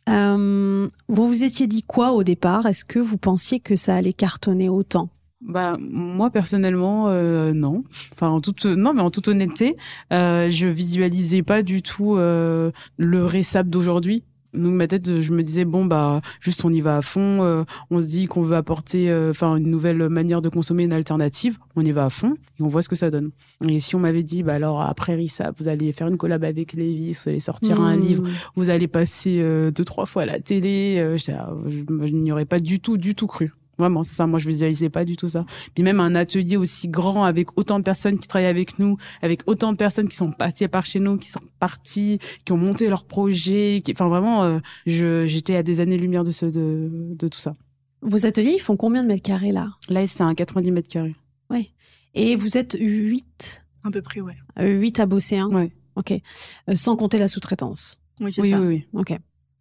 Vous vous étiez dit quoi au départ? Est-ce que vous pensiez que ça allait cartonner autant? Moi personnellement non. Enfin en toute honnêteté, je visualisais pas du tout le Resap d'aujourd'hui. Donc ma tête, je me disais juste on y va à fond, on se dit qu'on veut apporter une nouvelle manière de consommer, une alternative, on y va à fond et on voit ce que ça donne. Et si on m'avait dit alors après Resap, vous allez faire une collab avec Levi's, vous allez sortir un livre, vous allez passer 2-3 fois à la télé, je n'y aurais pas du tout cru. Vraiment, c'est ça. Moi, je visualisais pas du tout ça. Puis même un atelier aussi grand avec autant de personnes qui travaillent avec nous, avec autant de personnes qui sont passées par chez nous, qui sont parties, qui ont monté leur projet. Vraiment, j'étais à des années-lumière de tout ça. Vos ateliers, ils font combien de mètres carrés là? Là, c'est un 90 mètres carrés. Ouais. Et vous êtes 8? À peu près, ouais. 8 à bosser, hein? Ouais. Ok. Sans compter la sous-traitance. Oui, c'est ça. Oui. Ok.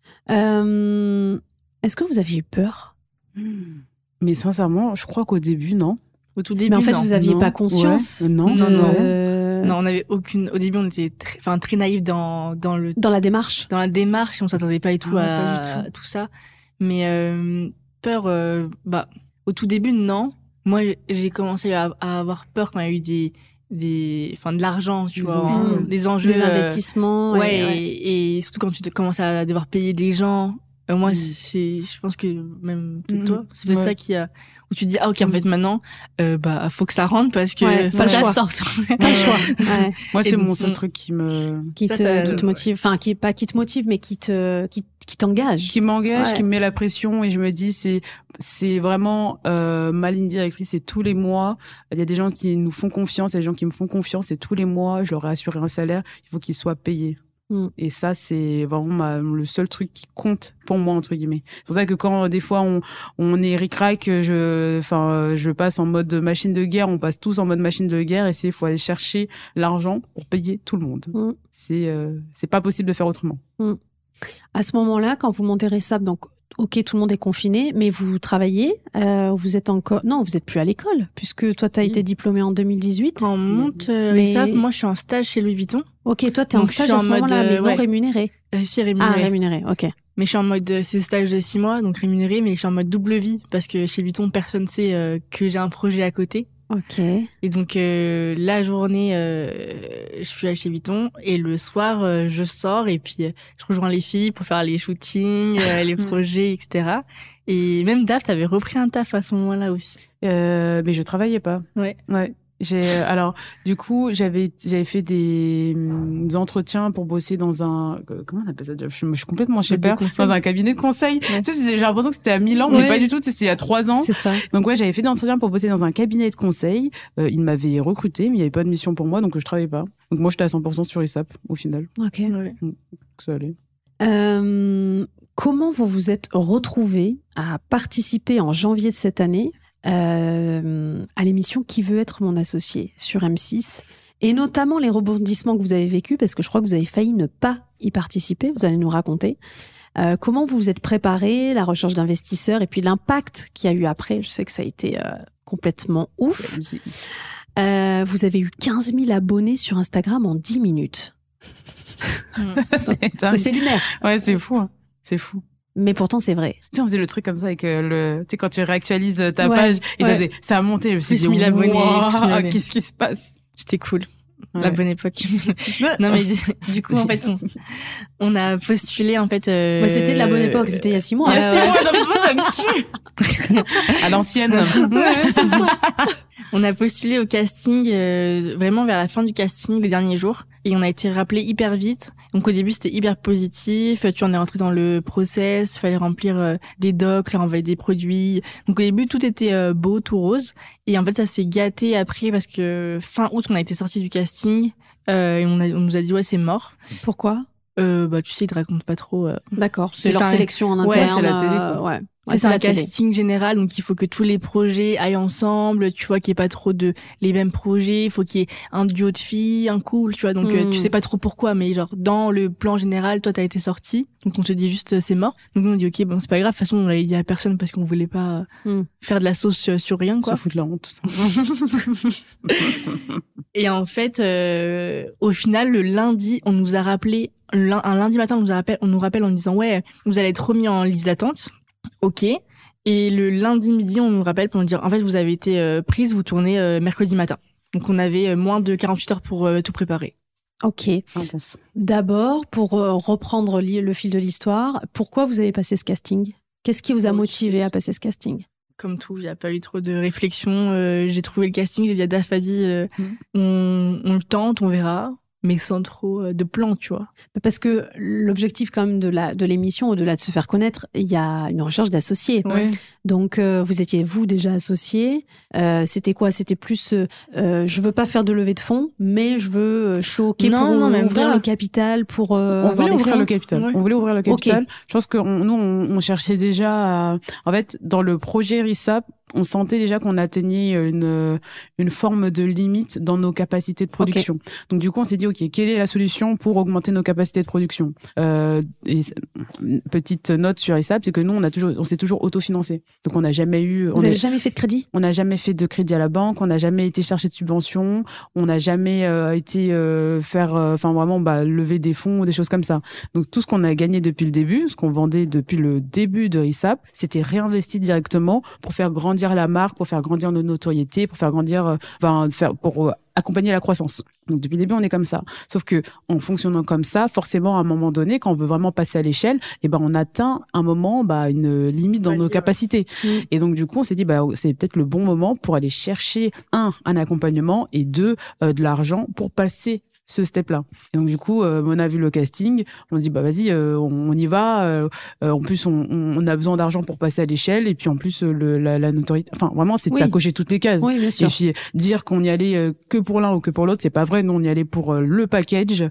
Est-ce que vous aviez eu peur? Mais sincèrement, je crois qu'au début, non. Au tout début, mais en fait, non. vous aviez pas conscience? Ouais. Non, on avait aucune. Au début, on était très naïfs dans la démarche. Dans la démarche, on s'attendait pas du tout à tout ça. Mais peur, au tout début, non. Moi, j'ai commencé à avoir peur quand il y a eu de l'argent, tu vois, des enjeux, des investissements. Et surtout quand tu commences à devoir payer des gens. Moi, je pense que même toi, c'est peut-être ça où tu dis ok, en fait maintenant, faut que ça rentre parce que ça sorte. Pas le choix. Ouais. Moi, c'est mon seul truc qui te motive, enfin qui te motive, mais qui t'engage, qui m'engage, qui me met la pression, et je me dis c'est vraiment ma ligne directrice. C'est tous les mois, il y a des gens qui nous font confiance, il y a des gens qui me font confiance, et tous les mois, je leur ai assuré un salaire, il faut qu'ils soient payés. Et ça, c'est vraiment le seul truc qui compte pour moi, entre guillemets. C'est pour ça que quand des fois on est ric-rac, je passe en mode machine de guerre, on passe tous en mode machine de guerre, et il faut aller chercher l'argent pour payer tout le monde. C'est pas possible de faire autrement. À ce moment-là, quand vous montez Resap, donc ok, tout le monde est confiné, mais vous travaillez, vous êtes encore... Non, vous êtes plus à l'école, puisque toi, tu as été diplômée en 2018. Quand on monte Resap, moi, je suis en stage chez Louis Vuitton. Ok, toi, t'es en stage à ce moment-là, mais non rémunéré. Si, rémunéré. Ah, rémunéré, ok. Mais je suis en mode... c'est stage de 6 mois, donc rémunéré, mais je suis en mode double vie, parce que chez Vuitton, personne sait que j'ai un projet à côté. Ok. Et donc, la journée, je suis chez Vuitton, et le soir, je sors, et puis je rejoins les filles pour faire les shootings, les projets, etc. Et même Daph, t'avais repris un taf à ce moment-là aussi. Mais je travaillais pas. Ouais. Alors, du coup, j'avais fait des entretiens pour bosser dans un, comment on appelle ça? Je suis complètement shaper, dans un cabinet de conseil. Ouais. Tu sais, j'ai l'impression que c'était à Milan, mais pas du tout. Tu sais, c'était il y a 3 ans. C'est ça. Donc j'avais fait des entretiens pour bosser dans un cabinet de conseil. Ils m'avaient recruté, mais il y avait pas de mission pour moi, donc je travaillais pas. Donc moi, j'étais à 100% sur Resap, au final. Ok. Ouais. Ça allait. Comment vous vous êtes retrouvés à participer en janvier de cette année à l'émission Qui veut être mon associé sur M6, et notamment les rebondissements que vous avez vécus, parce que je crois que vous avez failli ne pas y participer, vous allez nous raconter. Comment vous vous êtes préparé, la recherche d'investisseurs, et puis l'impact qu'il y a eu après. Je sais que ça a été complètement ouf. Vous avez eu 15 000 abonnés sur Instagram en 10 minutes. C'est lunaire. Ouais, c'est fou. Hein. C'est fou. Mais pourtant, c'est vrai. Tu sais, on faisait le truc comme ça avec tu sais, quand tu réactualises ta page, et ça a monté. Je me suis dit, qu'est-ce qui se passe? C'était cool. La bonne époque. Non, mais du coup, en fait, on a postulé, en fait, c'était de la bonne époque, c'était il y a 6 mois. Il y a 6 mois, donc ça me tue. À l'ancienne. C'est ça. On a postulé au casting, vraiment vers la fin du casting, les derniers jours. Et on a été rappelé hyper vite. Donc au début, c'était hyper positif. Tu en es rentré dans le process, fallait remplir des docs, leur envoyer des produits. Donc au début, tout était beau, tout rose. Et en fait, ça s'est gâté après parce que fin août, on a été sortis du casting. Et on nous a dit, ouais, c'est mort. Pourquoi? Tu sais, ils te racontent pas trop. D'accord, c'est leur sélection en interne. Ouais, c'est la télé, quoi. Ouais. C'est un casting général, donc il faut que tous les projets aillent ensemble, tu vois, qu'il n'y ait pas trop de les mêmes projets, il faut qu'il y ait un duo de filles, un couple, tu vois, donc tu sais pas trop pourquoi, mais genre dans le plan général, toi t'as été sorti, donc on te dit juste c'est mort, donc nous on dit ok, bon c'est pas grave, de toute façon on l'avait dit à personne parce qu'on voulait pas faire de la sauce sur rien, quoi. Ça fout de la honte, tout ça. Et en fait, au final, le lundi, on nous a rappelé, un lundi matin, on nous rappelle en disant ouais, vous allez être remis en liste d'attente. Ok. Et le lundi midi, on nous rappelle pour nous dire, en fait, vous avez été prise, vous tournez mercredi matin. Donc, on avait moins de 48 heures pour tout préparer. Ok. Intense. D'abord, pour reprendre le fil de l'histoire, pourquoi vous avez passé ce casting? Qu'est-ce qui vous a motivé à passer ce casting? Comme tout, il n'y a pas eu trop de réflexion. J'ai trouvé le casting, j'ai dit à Daf, vas-y, on le tente, on verra. Mais sans trop de plan, tu vois. Parce que l'objectif quand même de l'émission, au-delà de se faire connaître, il y a une recherche d'associés. Ouais. Donc, vous étiez, vous, déjà associés. C'était quoi? C'était plus, je veux pas faire de levée de fonds, mais je veux choquer pour ouvrir le capital, pour on voulait ouvrir le capital. Ouais. On voulait ouvrir le capital. Okay. Je pense que nous, on cherchait déjà en fait, dans le projet RISAP, on sentait déjà qu'on atteignait une forme de limite dans nos capacités de production. Okay. Donc du coup, on s'est dit, ok, quelle est la solution pour augmenter nos capacités de production? Et petite note sur ISAP, c'est que nous, on s'est toujours autofinancé. Donc on n'a jamais eu. Vous n'avez jamais fait de crédit? On n'a jamais fait de crédit à la banque. On n'a jamais été chercher de subventions. On n'a jamais été lever des fonds ou des choses comme ça. Donc tout ce qu'on a gagné depuis le début, ce qu'on vendait depuis le début de ISAP, c'était réinvesti directement pour faire grandir la marque, pour faire grandir nos notoriétés, pour faire grandir, pour accompagner la croissance. Donc depuis le début, on est comme ça. Sauf que en fonctionnant comme ça, forcément, à un moment donné, quand on veut vraiment passer à l'échelle, on atteint un moment, une limite dans nos capacités. Et donc du coup, on s'est dit, c'est peut-être le bon moment pour aller chercher un accompagnement et deux, de l'argent pour passer ce step-là. Et donc du coup, on a vu le casting, on dit vas-y, on y va. En plus, on a besoin d'argent pour passer à l'échelle, et puis en plus la notoriété. Enfin, vraiment, c'est à cocher toutes les cases. Oui, bien sûr. Et puis dire qu'on y allait que pour l'un ou que pour l'autre, c'est pas vrai. Nous, on y allait pour le package,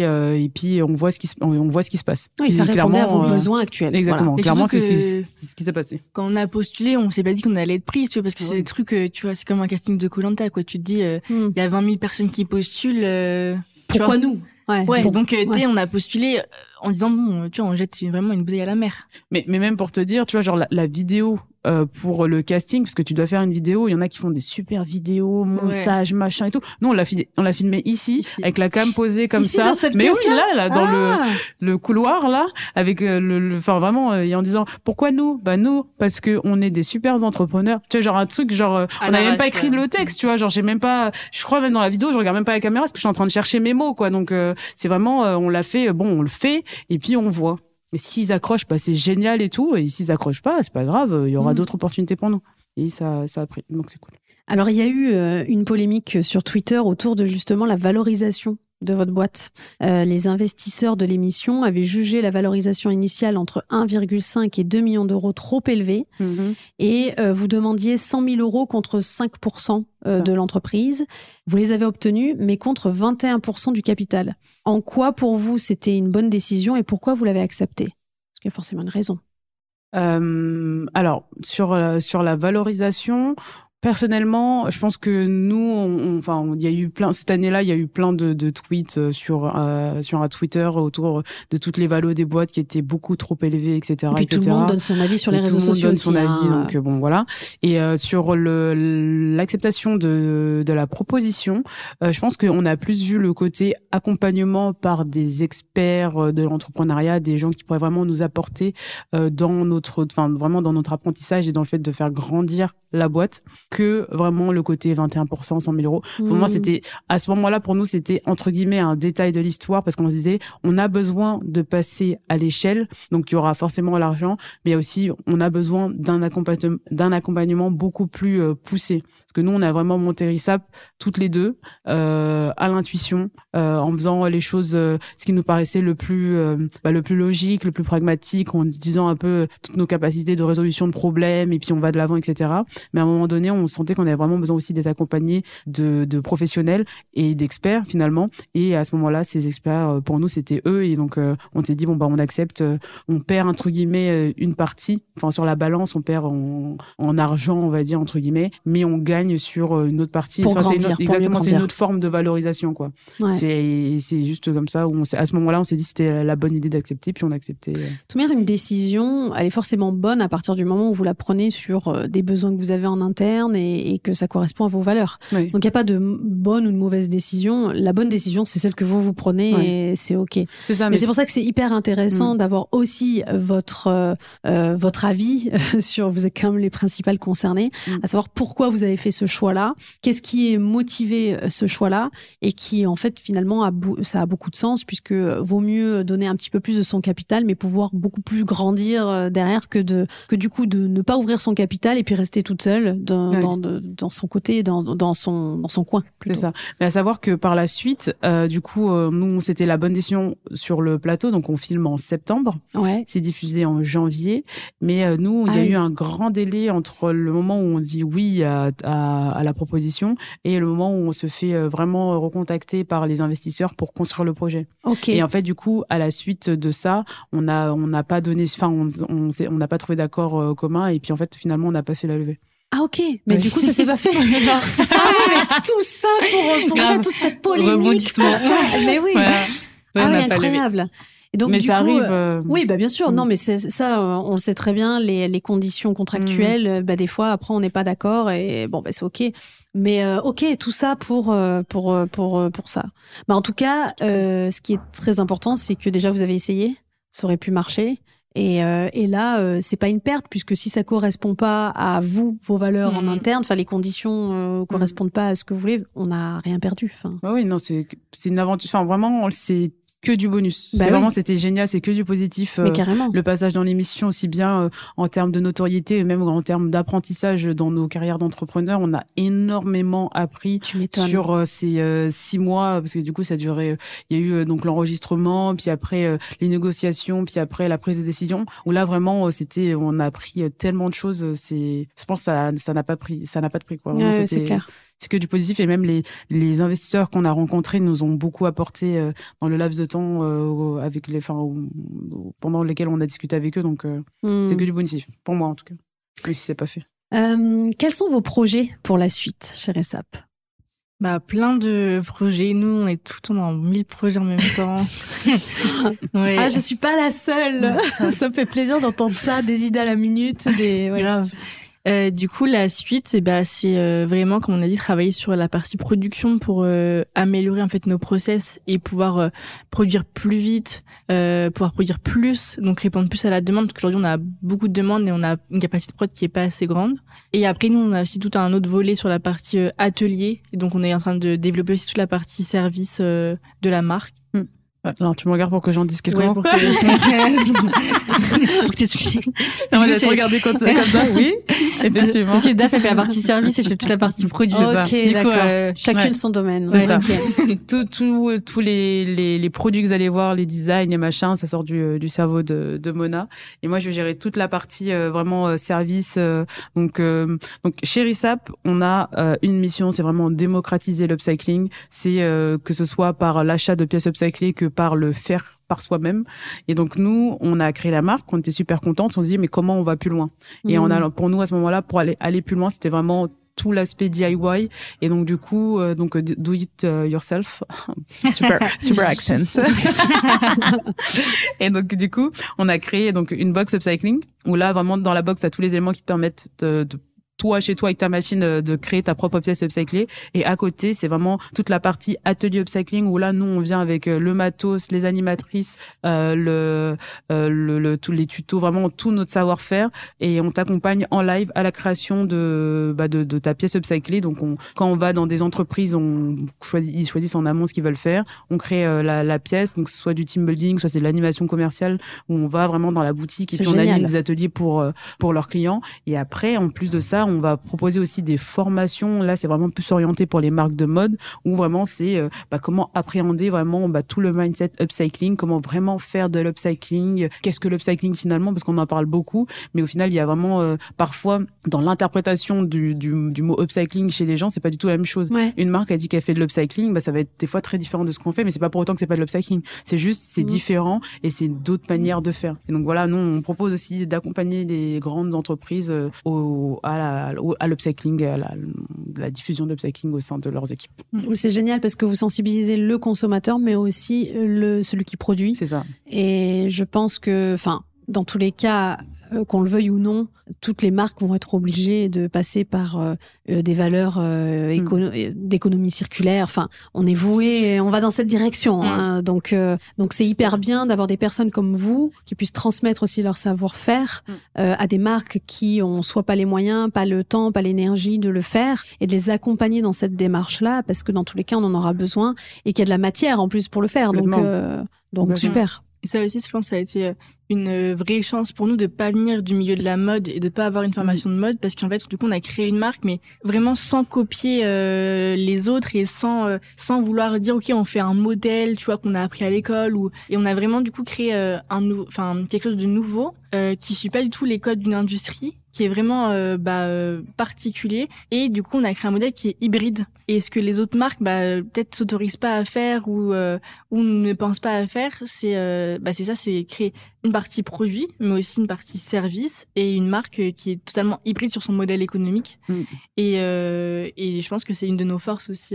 et puis on voit ce qui se passe. Oui, ça répondait à vos besoins actuels. Exactement. Voilà. Clairement, c'est ce qui s'est passé. Quand on a postulé, on s'est pas dit qu'on allait être prise, tu vois, parce que c'est des trucs, tu vois, c'est comme un casting de Koh-Lanta, quoi. Tu te dis, il y a 20 000 personnes qui postulent. Pourquoi nous? Ouais. Donc on a postulé en disant bon, tu vois, on jette vraiment une bouteille à la mer. Mais même pour te dire, tu vois, genre la vidéo pour le casting, parce que tu dois faire une vidéo, il y en a qui font des super vidéos, montage, machin et tout. Nous, on l'a filmé ici, avec la cam posée comme ici, ça. Dans cette mais pièce oui, là, dans le couloir là, avec enfin vraiment, et en disant pourquoi nous? Nous, parce que on est des super entrepreneurs. Tu vois, genre un truc, genre on n'avait même pas écrit le texte, tu vois, genre j'ai même pas, je crois même dans la vidéo, je regarde même pas la caméra parce que je suis en train de chercher mes mots, quoi. Donc c'est vraiment, on l'a fait, on le fait, et puis on voit. Et s'ils accrochent, c'est génial et tout. Et s'ils accrochent pas, c'est pas grave. Il y aura d'autres opportunités pour nous. Et ça a pris. Donc c'est cool. Alors il y a eu une polémique sur Twitter autour de justement la valorisation de votre boîte. Les investisseurs de l'émission avaient jugé la valorisation initiale entre 1,5 et 2 millions d'euros trop élevée. Et vous demandiez 100 000 euros contre 5% de l'entreprise. Vous les avez obtenus, mais contre 21% du capital. En quoi, pour vous, c'était une bonne décision et pourquoi vous l'avez accepté? Parce qu'il y a forcément une raison. Alors, sur la valorisation, Personnellement, je pense que nous, il y a eu cette année-là, il y a eu plein de tweets sur un Twitter autour de toutes les valos des boîtes qui étaient beaucoup trop élevées, etc. Et puis tout le monde donne son avis sur les réseaux sociaux aussi. Tout le monde donne son avis, donc bon, voilà. Et sur l'acceptation de la proposition, je pense qu'on a plus vu le côté accompagnement par des experts de l'entrepreneuriat, des gens qui pourraient vraiment nous apporter dans notre apprentissage et dans le fait de faire grandir la boîte, que vraiment le côté 21%, 100 000 euros. Pour moi, c'était, à ce moment-là, pour nous, c'était entre guillemets un détail de l'histoire, parce qu'on se disait, on a besoin de passer à l'échelle, donc il y aura forcément l'argent, mais il y a aussi, on a besoin d'un accompagnement beaucoup plus poussé. Parce que nous, on a vraiment monté RISAP toutes les deux, à l'intuition, en faisant les choses, ce qui nous paraissait le plus logique, le plus pragmatique, en utilisant un peu toutes nos capacités de résolution de problèmes, et puis on va de l'avant, etc. Mais à un moment donné, on sentait qu'on avait vraiment besoin aussi d'être accompagné de professionnels et d'experts, finalement. Et à ce moment-là, ces experts, pour nous, c'était eux. Et donc, on s'est dit, on accepte, on perd, entre guillemets, une partie. Enfin, sur la balance, on perd en argent, on va dire, entre guillemets, mais on gagne sur une autre partie. Pour grandir, exactement, c'est une autre forme de valorisation, quoi. Ouais. C'est juste comme ça, à ce moment-là, on s'est dit que c'était la bonne idée d'accepter, puis on a accepté. Tout de même, une décision, elle est forcément bonne à partir du moment où vous la prenez sur des besoins que vous avez en interne et que ça correspond à vos valeurs. Oui. Donc, il n'y a pas de bonne ou de mauvaise décision. La bonne décision, c'est celle que vous prenez et c'est OK. C'est ça, mais c'est pour ça que c'est hyper intéressant d'avoir aussi votre avis sur, vous êtes quand même les principales concernées, à savoir pourquoi vous avez fait ce choix-là, qu'est-ce qui est motivé ce choix-là et qui, en fait, finalement, ça a beaucoup de sens puisque vaut mieux donner un petit peu plus de son capital mais pouvoir beaucoup plus grandir derrière que du coup de ne pas ouvrir son capital et puis rester toute seule dans son côté, dans son coin. Plutôt. C'est ça. Mais à savoir que par la suite, du coup, nous, c'était la bonne décision sur le plateau, donc on filme en septembre. Ouais. C'est diffusé en janvier. Mais nous, il y a eu un grand délai entre le moment où on dit oui à la proposition et le moment où on se fait vraiment recontacter par les investisseurs pour construire le projet. Okay. Et en fait, du coup, à la suite de ça, on n'a pas donné, on n'a pas trouvé d'accord commun et puis en fait, finalement, on n'a pas fait la levée. Ah ok, mais du coup ça s'est pas fait. Mais tout ça pour ça, toute cette polémique pour ça. Mais oui. Voilà. Oui, incroyable. Et donc, mais du ça coup, arrive. Oui, bien sûr. Non, mais c'est ça, on le sait très bien. Les conditions contractuelles, des fois après on n'est pas d'accord et c'est ok. Mais ok, tout ça pour ça. En tout cas, ce qui est très important, c'est que déjà vous avez essayé, ça aurait pu marcher. Et là, c'est pas une perte puisque si ça correspond pas à vous, vos valeurs en interne, les conditions correspondent pas à ce que vous voulez, on n'a rien perdu. Oui, non, c'est une aventure. Enfin, vraiment, c'est que du bonus. Vraiment, c'était génial, c'est que du positif. Mais carrément. Le passage dans l'émission, aussi bien en termes de notoriété, même en termes d'apprentissage dans nos carrières d'entrepreneurs, on a énormément appris sur ces 6 mois, parce que du coup, ça durait. Il y a eu donc l'enregistrement, puis après les négociations, puis après la prise de décision. Où là, vraiment, on a appris tellement de choses. Je pense que ça n'a pas de prix, quoi. Vraiment, c'est clair. C'est que du positif et même les investisseurs qu'on a rencontrés nous ont beaucoup apporté dans le laps de temps pendant lesquels on a discuté avec eux, donc c'est que du positif pour moi en tout cas, même si c'est pas fait. Quels sont vos projets pour la suite chez RISAP? Plein de projets. Nous, on est tout le temps dans 1000 projets en même temps. Ouais. Ah, je suis pas la seule. Ça me fait plaisir d'entendre ça, des idées à la minute, grave. Du coup, la suite, c'est vraiment, comme on a dit, travailler sur la partie production pour améliorer en fait nos process et pouvoir produire plus vite, pouvoir produire plus, donc répondre plus à la demande, parce qu'aujourd'hui on a beaucoup de demandes et on a une capacité de prod qui est pas assez grande. Et après, nous, on a aussi tout un autre volet sur la partie atelier, et donc on est en train de développer aussi toute la partie service de la marque. Alors, tu me regardes pour que j'en dise quelques mots. Pour que t'expliques. On va te regarder comme ça, oui, effectivement. Ok, Daph, elle fait la partie service et je fais toute la partie produit. Ok, d'accord. Chacune son domaine. C'est ça. Tous les produits que vous allez voir, les designs et machin, ça sort du cerveau de Mona. Et moi, je vais gérer toute la partie vraiment service. Donc, chez RISAP, on a une mission, c'est vraiment démocratiser l'upcycling. C'est que ce soit par l'achat de pièces upcyclées que par le faire par soi-même. Et donc, nous, on a créé la marque, on était super contents, on se dit, mais comment on va plus loin? Et pour nous, à ce moment-là, pour aller plus loin, c'était vraiment tout l'aspect DIY. Et donc, du coup, do it yourself. super accent. Et donc, du coup, on a créé donc une box upcycling où là, vraiment, dans la box, t'as tous les éléments qui te permettent de toi, chez toi, avec ta machine, de créer ta propre pièce upcyclée. Et à côté, c'est vraiment toute la partie atelier upcycling où là, nous, on vient avec le matos, les animatrices, tous les tutos, vraiment tout notre savoir-faire. Et on t'accompagne en live à la création de ta pièce upcyclée. Donc, quand on va dans des entreprises, ils choisissent en amont ce qu'ils veulent faire. On crée la pièce, donc soit du team building, soit c'est de l'animation commerciale où on va vraiment dans la boutique et puis on anime des ateliers pour leurs clients. Et après, en plus de ça, on va proposer aussi des formations. Là, c'est vraiment plus orienté pour les marques de mode, où vraiment c'est comment appréhender vraiment tout le mindset upcycling, comment vraiment faire de l'upcycling, qu'est-ce que l'upcycling finalement, parce qu'on en parle beaucoup, mais au final, il y a vraiment parfois dans l'interprétation du mot upcycling chez les gens, c'est pas du tout la même chose. Ouais. Une marque a dit qu'elle fait de l'upcycling, ça va être des fois très différent de ce qu'on fait, mais c'est pas pour autant que c'est pas de l'upcycling. C'est juste, c'est différent et c'est d'autres manières de faire. Et donc voilà, nous, on propose aussi d'accompagner les grandes entreprises à l'upcycling, à la diffusion de l'upcycling au sein de leurs équipes. C'est génial parce que vous sensibilisez le consommateur, mais aussi celui qui produit. C'est ça. Et je pense que, dans tous les cas, qu'on le veuille ou non, toutes les marques vont être obligées de passer par des valeurs d'économie circulaire. On est voué, on va dans cette direction. Hein. Donc c'est hyper bien d'avoir des personnes comme vous qui puissent transmettre aussi leur savoir-faire à des marques qui ont soit pas les moyens, pas le temps, pas l'énergie de le faire, et de les accompagner dans cette démarche-là, parce que dans tous les cas, on en aura besoin et qu'il y a de la matière en plus pour le faire. Donc super. Et ça aussi, je pense, ça a été une vraie chance pour nous de pas venir du milieu de la mode et de pas avoir une formation de mode, parce qu'en fait, du coup, on a créé une marque, mais vraiment sans copier les autres et sans vouloir dire, OK, on fait un modèle, tu vois, qu'on a appris à l'école, et on a vraiment, du coup, créé quelque chose de nouveau, qui suit pas du tout les codes d'une industrie, qui est vraiment particulier, et du coup on a créé un modèle qui est hybride, et ce que les autres marques peut-être s'autorisent pas à faire ou ne pensent pas à faire, c'est ça, c'est créer une partie produit mais aussi une partie service, et une marque qui est totalement hybride sur son modèle économique. Et je pense que c'est une de nos forces aussi.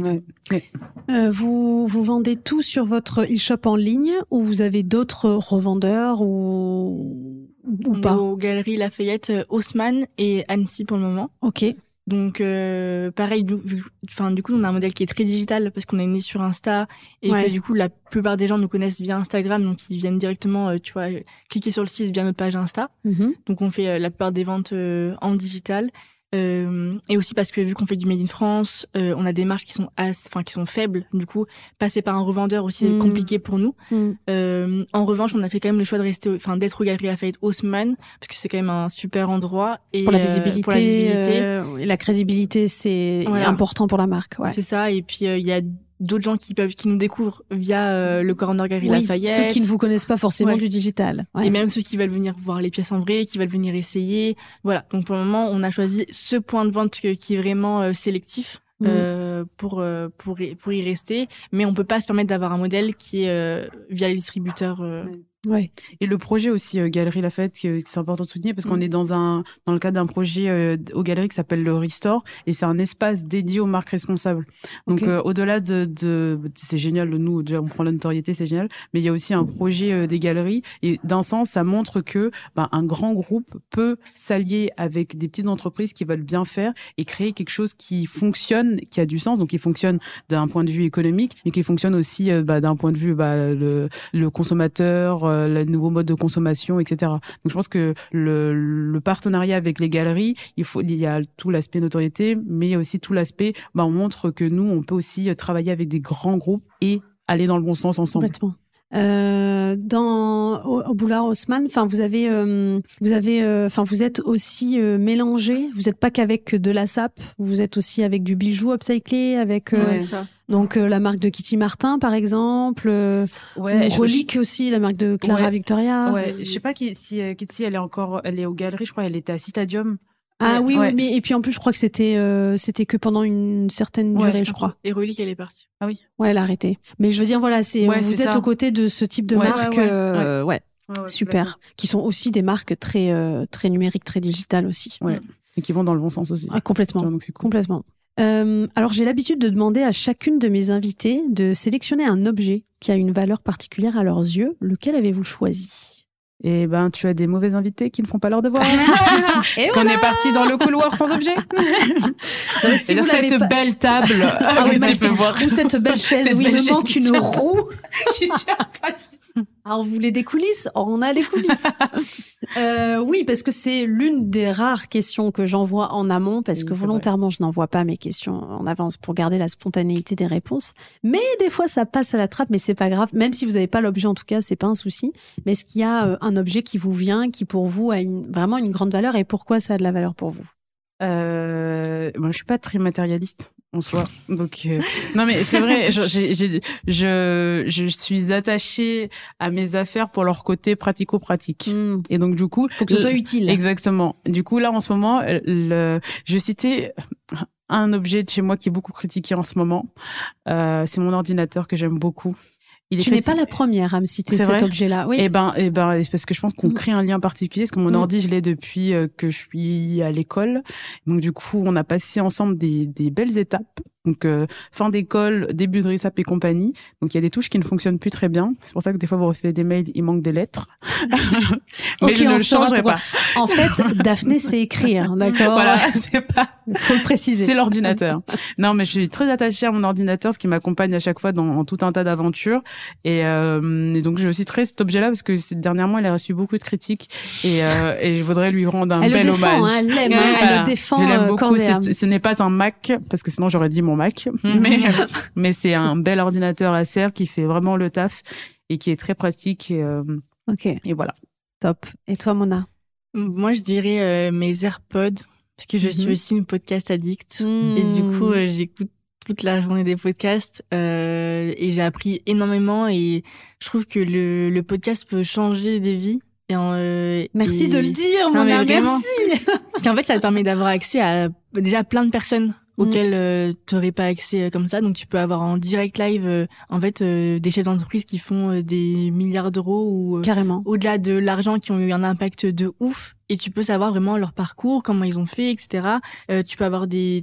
Vous vendez tout sur votre e-shop en ligne, ou vous avez d'autres revendeurs ou pas? Aux Galeries Lafayette, Haussmann et Annecy pour le moment. Ok. Donc pareil, du coup on a un modèle qui est très digital parce qu'on est né sur Insta, et que du coup la plupart des gens nous connaissent via Instagram, donc ils viennent directement cliquer sur le site via notre page Insta. Donc on fait la plupart des ventes en digital. Et aussi parce que vu qu'on fait du Made in France, on a des marges qui sont faibles, du coup passer par un revendeur aussi c'est compliqué pour nous. En revanche, on a fait quand même le choix de d'être aux Galeries Lafayette Haussmann, parce que c'est quand même un super endroit, et pour la visibilité, et la crédibilité, c'est important pour la marque. C'est ça. Et puis il y a d'autres gens qui nous découvrent via le corner Galeries Lafayette. Ceux qui ne vous connaissent pas forcément du digital. Et même ceux qui veulent venir voir les pièces en vrai, qui veulent venir essayer. Voilà. Donc pour le moment, on a choisi ce point de vente qui est vraiment sélectif pour y rester. Mais on peut pas se permettre d'avoir un modèle qui est via les distributeurs. Ouais. Et le projet aussi Galeries Lafayette, c'est important de soutenir parce qu'on est dans le cadre d'un projet aux Galeries qui s'appelle le Restore, et c'est un espace dédié aux marques responsables. Donc au-delà de c'est génial, nous déjà on prend la notoriété, c'est génial, mais il y a aussi un projet des galeries, et d'un sens ça montre que un grand groupe peut s'allier avec des petites entreprises qui veulent bien faire et créer quelque chose qui fonctionne, qui a du sens, donc qui fonctionne d'un point de vue économique, mais qui fonctionne aussi d'un point de vue le consommateur, le nouveau mode de consommation, etc. Donc je pense que le partenariat avec les galeries, il y a tout l'aspect notoriété, mais il y a aussi tout l'aspect, on montre que nous, on peut aussi travailler avec des grands groupes et aller dans le bon sens ensemble. Complètement. Au Boulard Haussmann, vous êtes aussi mélangé. Vous n'êtes pas qu'avec de la sape. Vous êtes aussi avec du bijou upcyclé, avec. C'est ça. Donc la marque de Kitty Martin par exemple, Relique aussi, la marque de Clara Victoria. Je sais pas si Kitty elle est aux Galeries, je crois elle était à Citadium. Ah oui, mais et puis en plus je crois que c'était que pendant une certaine durée, je crois. Et Relique elle est partie. Ah oui. Ouais, elle a arrêté. Mais je veux dire voilà, vous êtes aux côtés de ce type de marque super, qui sont aussi des marques très très numériques, très digitales aussi. Ouais. et qui vont dans le bon sens aussi. Ah, complètement. Donc, c'est cool. Complètement. Alors, j'ai l'habitude de demander à chacune de mes invités de sélectionner un objet qui a une valeur particulière à leurs yeux. Lequel avez-vous choisi ? Et ben, tu as des mauvais invités qui ne font pas leur devoir. Parce qu'on est parti dans le couloir sans objet. Non, si vous cette belle table que tu peux voir. Ou cette belle chaise où il me manque une roue. Qui tient pas. Alors, vous voulez des coulisses ? On a des coulisses. Oui, parce que c'est l'une des rares questions que j'envoie en amont, parce que volontairement, je n'envoie pas mes questions en avance pour garder la spontanéité des réponses. Mais des fois, ça passe à la trappe, mais c'est pas grave. Même si vous n'avez pas l'objet, en tout cas, c'est pas un souci. Mais est-ce qu'il y a un objet qui vous vient, qui pour vous a vraiment une grande valeur, et pourquoi ça a de la valeur pour vous ? Moi, je suis pas très matérialiste en soi, donc non mais c'est vrai, je suis attachée à mes affaires pour leur côté pratico-pratique. Et donc du coup, faut que ce soit utile. Exactement. Du coup là en ce moment, je citais un objet de chez moi qui est beaucoup critiqué en ce moment. C'est mon ordinateur que j'aime beaucoup. Tu n'es pas la première à me citer cet objet-là. Oui. Eh ben, parce que je pense qu'on crée un lien particulier, parce que mon ordi, je l'ai depuis que je suis à l'école. Donc, du coup, on a passé ensemble des belles étapes. Donc, fin d'école, début de RISAP et compagnie. Donc, il y a des touches qui ne fonctionnent plus très bien. C'est pour ça que des fois, vous recevez des mails, il manque des lettres. Mais je ne le changerai pas. En fait, Daphné sait écrire, d'accord? Voilà, c'est pas... Faut le préciser. C'est l'ordinateur. Non, mais je suis très attachée à mon ordinateur, ce qui m'accompagne à chaque fois dans tout un tas d'aventures. Et donc, je citerai cet objet-là parce que dernièrement, il a reçu beaucoup de critiques et je voudrais lui rendre un bel hommage. Hein, elle l'aime, hein, elle le défend. Je l'aime beaucoup. Corps et âme. Ce n'est pas un Mac, parce que sinon j'aurais dit mon Mac. Mais c'est un bel ordinateur Acer qui fait vraiment le taf et qui est très pratique. Et voilà. Top. Et toi, Mona? Moi, je dirais mes AirPods, parce que je suis aussi une podcast addict. Et du coup, j'écoute toute la journée des podcasts et j'ai appris énormément. Et je trouve que le podcast peut changer des vies. Merci de le dire, Mona, merci. Parce qu'en fait, ça te permet d'avoir accès à déjà plein de personnes auxquelles tu n'aurais pas accès comme ça. Donc, tu peux avoir en direct live, des chefs d'entreprise qui font des milliards d'euros ou carrément au-delà de l'argent, qui ont eu un impact de ouf. Et tu peux savoir vraiment leur parcours, comment ils ont fait, etc. Tu peux avoir des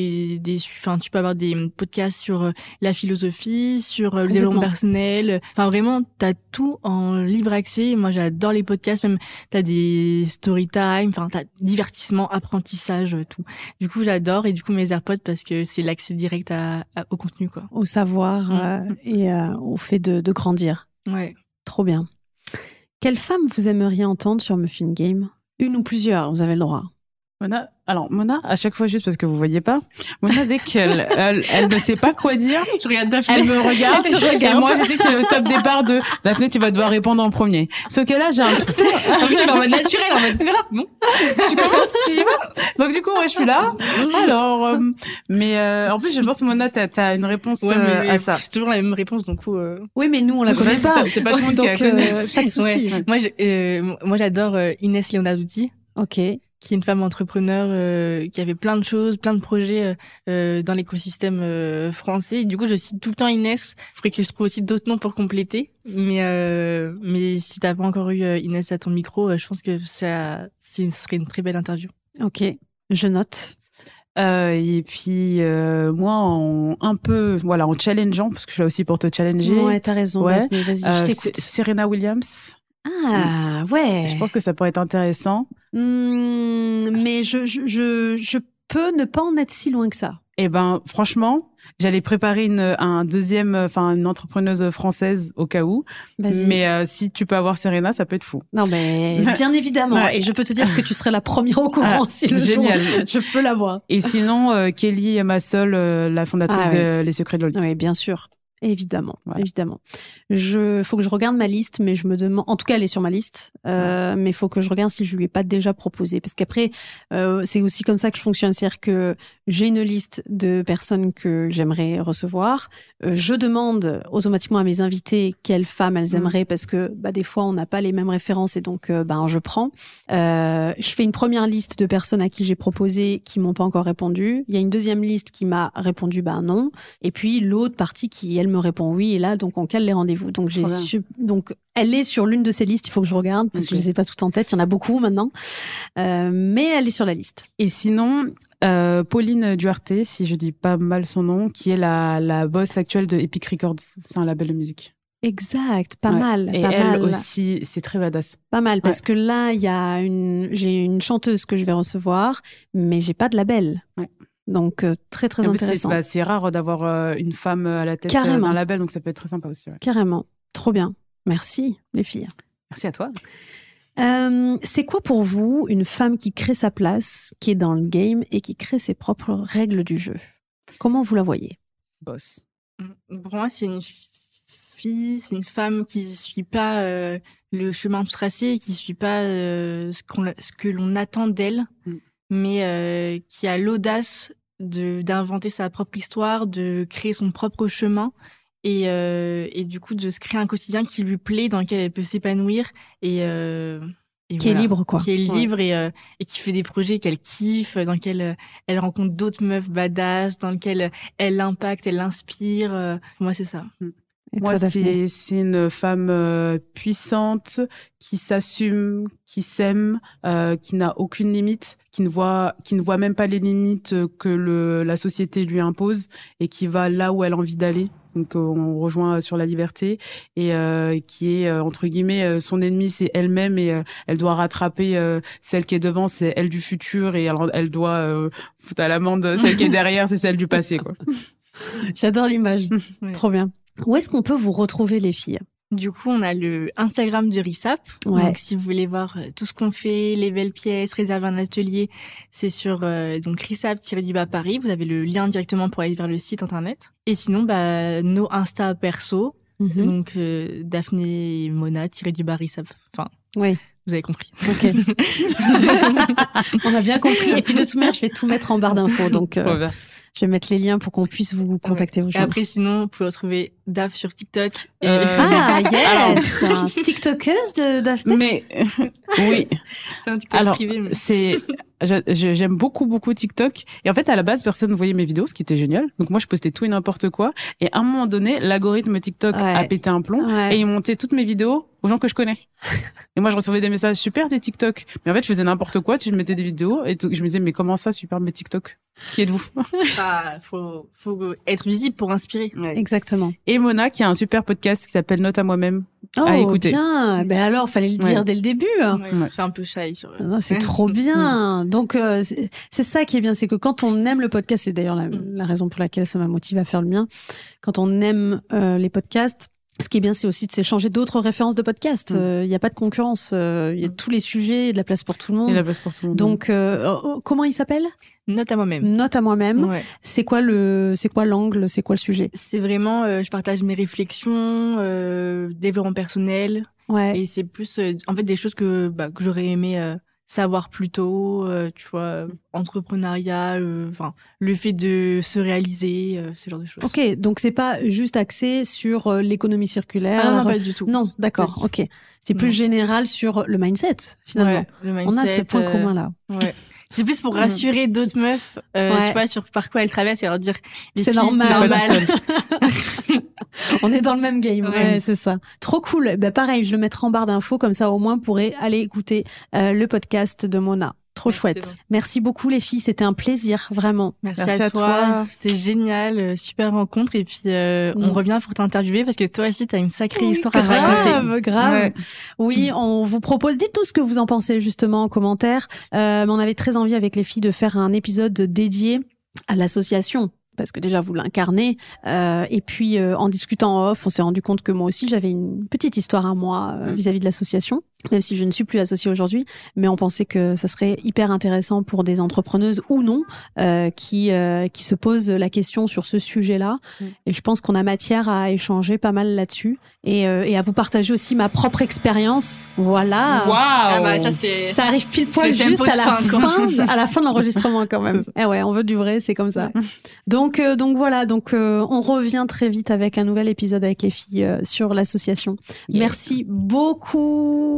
podcasts sur la philosophie, sur le développement personnel. Enfin, vraiment, t'as tout en libre accès. Moi, j'adore les podcasts. Même, t'as des story time. Enfin, t'as divertissement, apprentissage, tout. Du coup, j'adore. Et du coup, mes AirPods, parce que c'est l'accès direct au contenu, quoi. Au savoir et au fait de grandir. Ouais. Trop bien. Quelle femme vous aimeriez entendre sur Muffin Game? Une ou plusieurs, vous avez le droit. Mona, à chaque fois, juste parce que vous voyez pas, Mona, dès qu'elle elle ne sait pas quoi dire, je regarde Daphné. Elle me regarde, et moi, je sais que c'est le top départ de Daphné, tu vas devoir répondre en premier. Sauf que là, j'ai un truc. En plus, en mode naturel, en mode grave. Bon. Tu commences, tu y vas. Donc, du coup, moi, je suis là. Alors, en plus, je pense que Mona, t'as une réponse à ça. C'est toujours la même réponse, donc oui, mais nous, on la connaît pas. C'est pas tout le monde qui la connaît. Pas de souci. Ouais. Moi, j'adore Inès Leonarduzzi. Ok. Qui est une femme entrepreneur qui avait plein de choses, plein de projets dans l'écosystème français. Et du coup, je cite tout le temps Inès. Il faudrait que je trouve aussi d'autres noms pour compléter. Mais si t'as pas encore eu Inès à ton micro, je pense que ce serait une très belle interview. Ok, je note. Et puis moi en challengeant, parce que je suis là aussi pour te challenger. Ouais, t'as raison. Ouais. Mais vas-y, je t'écoute. Serena Williams. Ah ouais. Je pense que ça pourrait être intéressant. Mais je peux ne pas en être si loin que ça. Eh ben franchement, j'allais préparer une entrepreneuse française au cas où. Vas-y. Mais si tu peux avoir Serena, ça peut être fou. Non mais bien évidemment. Ouais. Et je peux te dire que tu serais la première au courant si le génial. jour je peux l'avoir. Et sinon Kelly Massol, la fondatrice de Les Secrets de l'Olive. Oui, bien sûr. Évidemment, voilà. Évidemment. Faut que je regarde ma liste, mais je me demande. En tout cas, elle est sur ma liste, mais il faut que je regarde si je lui ai pas déjà proposé, parce qu'après, c'est aussi comme ça que je fonctionne, c'est-à-dire que j'ai une liste de personnes que j'aimerais recevoir. Je demande automatiquement à mes invités quelles femmes elles aimeraient, parce que des fois on n'a pas les mêmes références et donc je prends. Je fais une première liste de personnes à qui j'ai proposé qui m'ont pas encore répondu. Il y a une deuxième liste qui m'a répondu non, et puis l'autre partie qui elle me répond oui, et là, donc, on cale les rendez-vous. Donc, donc, elle est sur l'une de ces listes, il faut que je regarde, parce que je ne les ai pas toutes en tête. Il y en a beaucoup maintenant. Mais elle est sur la liste. Et sinon, Pauline Duarte, si je dis pas mal son nom, qui est la boss actuelle de Epic Records. C'est un label de musique. Exact, pas mal. Et pas elle mal. aussi, c'est très badass. Pas mal, parce que là, j'ai une chanteuse que je vais recevoir, mais j'ai pas de label. Ouais. Donc, très, très intéressant. C'est rare d'avoir une femme à la tête d'un label, donc ça peut être très sympa aussi. Ouais. Carrément. Trop bien. Merci, les filles. Merci à toi. C'est quoi pour vous une femme qui crée sa place, qui est dans le game et qui crée ses propres règles du jeu? Comment vous la voyez? Boss. Pour moi, c'est une femme qui ne suit pas le chemin tout tracé et qui ne suit pas ce que l'on attend d'elle, mais qui a l'audace d'inventer sa propre histoire, de créer son propre chemin et du coup de se créer un quotidien qui lui plaît, dans lequel elle peut s'épanouir et qui est libre, quoi. Qui est libre et qui fait des projets qu'elle kiffe, dans lesquels elle rencontre d'autres meufs badass, dans lesquels elle l'impacte, elle l'inspire. Pour moi, c'est ça. Moi, c'est une femme puissante, qui s'assume, qui s'aime, qui n'a aucune limite, qui ne voit même pas les limites que la société lui impose et qui va là où elle a envie d'aller. Donc, on rejoint sur la liberté et qui est, entre guillemets, son ennemie, c'est elle-même et elle doit rattraper celle qui est devant, c'est elle du futur et elle doit foutre à l'amende celle qui est derrière, c'est celle du passé, quoi. J'adore l'image. Ouais. Trop bien. Où est-ce qu'on peut vous retrouver, les filles? Du coup, on a le Instagram du RISAP. Ouais. Donc, si vous voulez voir tout ce qu'on fait, les belles pièces, réserver un atelier, c'est sur donc RISAP-Paris. Vous avez le lien directement pour aller vers le site internet. Et sinon, nos Insta perso, donc Daphné et Mona-RISAP. Enfin, oui. Vous avez compris. Ok. On a bien compris. Et puis de toute manière, je vais tout mettre en barre d'infos. Donc, je vais mettre les liens pour qu'on puisse vous contacter. Et après, sinon, vous pouvez retrouver Daph sur TikTok. Ah, yes. TikTokeuse de Daphné. Mais oui. C'est un TikTok privé. Mais... J'aime beaucoup TikTok. Et en fait, à la base, personne ne voyait mes vidéos, ce qui était génial. Donc moi, je postais tout et n'importe quoi. Et à un moment donné, l'algorithme TikTok a pété un plomb et il montait toutes mes vidéos aux gens que je connais. Et moi, je recevais des messages super des TikTok. Mais en fait, je faisais n'importe quoi. Je mettais des vidéos et je me disais, mais comment ça, super mes TikTok? Qui êtes-vous? Faut être visible pour inspirer. Ouais. Exactement. Et Mona, qui a un super podcast qui s'appelle Note à moi-même. À écouter. Bien. Ben alors, fallait le dire dès le début. Ouais. Je suis un peu shy sur. C'est trop bien. Donc, c'est ça qui est bien, c'est que quand on aime le podcast, c'est d'ailleurs la raison pour laquelle ça m'a motivée à faire le mien. Quand on aime les podcasts, ce qui est bien, c'est aussi de s'échanger d'autres références de podcasts. Il n'y a pas de concurrence. Il y a tous les sujets, il y a de la place pour tout le monde. Il y a de la place pour tout le monde. Donc, comment il s'appelle? Note à moi-même. Note à moi-même. Ouais. C'est quoi l'angle? C'est quoi le sujet? C'est vraiment, je partage mes réflexions, développement personnel. Ouais. Et c'est plus, en fait, des choses que j'aurais aimé savoir plus tôt, tu vois, entrepreneuriat, le fait de se réaliser, ce genre de choses. Ok, donc c'est pas juste axé sur l'économie circulaire. Ah non, pas du tout. Non, d'accord, ok. C'est plus général sur le mindset, finalement. Ouais, le mindset, on a ce point commun-là. Ouais. C'est plus pour rassurer d'autres meufs, tu vois, sur par quoi elles traversent et leur dire c'est normal. On est dans le même game, ouais, c'est ça. Trop cool. Bah, pareil, je le mettrai en barre d'infos, comme ça au moins vous pourrez aller écouter le podcast de Mona. Trop chouette. Merci beaucoup les filles, c'était un plaisir, vraiment. Merci à toi. C'était génial, super rencontre. Et puis on revient pour t'interviewer parce que toi aussi t'as une sacrée histoire à raconter. Grave. Ouais. Oui, on vous propose, dites tout ce que vous en pensez justement en commentaire. Mais on avait très envie avec les filles de faire un épisode dédié à l'association. Parce que déjà, vous l'incarnez. Et puis, en discutant en off, on s'est rendu compte que moi aussi, j'avais une petite histoire à moi vis-à-vis de l'association, même si je ne suis plus associée aujourd'hui. Mais on pensait que ça serait hyper intéressant pour des entrepreneuses ou non qui se posent la question sur ce sujet-là. Et je pense qu'on a matière à échanger pas mal là-dessus et à vous partager aussi ma propre expérience. Voilà. Waouh. Ah bah, ça arrive pile poil juste à la fin de l'enregistrement quand même. Eh ouais, on veut du vrai, c'est comme ça. Donc voilà, on revient très vite avec un nouvel épisode avec les filles sur l'association. Yes. Merci beaucoup.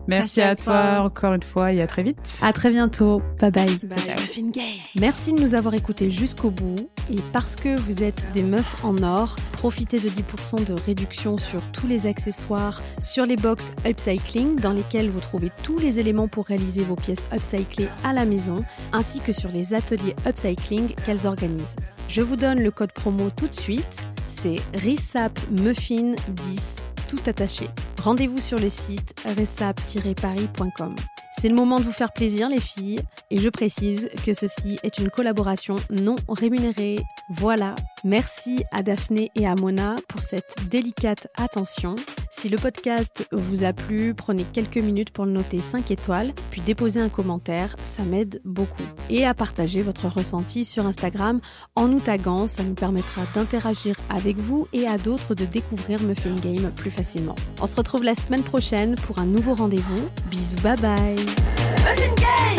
Merci à toi encore une fois et à très vite. À très bientôt. Bye bye. Muffin Game. Merci de nous avoir écoutés jusqu'au bout. Et parce que vous êtes des meufs en or, profitez de 10% de réduction sur tous les accessoires, sur les box upcycling dans lesquelles vous trouvez tous les éléments pour réaliser vos pièces upcyclées à la maison, ainsi que sur les ateliers upcycling qu'elles organisent. Je vous donne le code promo tout de suite, c'est RISAPMuffin10, tout attaché. Rendez-vous sur le site risap-paris.com. C'est le moment de vous faire plaisir les filles, et je précise que ceci est une collaboration non rémunérée. Voilà, merci à Daphné et à Mona pour cette délicate attention. Si le podcast vous a plu, prenez quelques minutes pour le noter 5 étoiles, puis déposez un commentaire, ça m'aide beaucoup. Et à partager votre ressenti sur Instagram en nous taguant, ça nous permettra d'interagir avec vous et à d'autres de découvrir Muffin Game plus facilement. On se retrouve la semaine prochaine pour un nouveau rendez-vous. Bisous, bye bye. Muffin Game!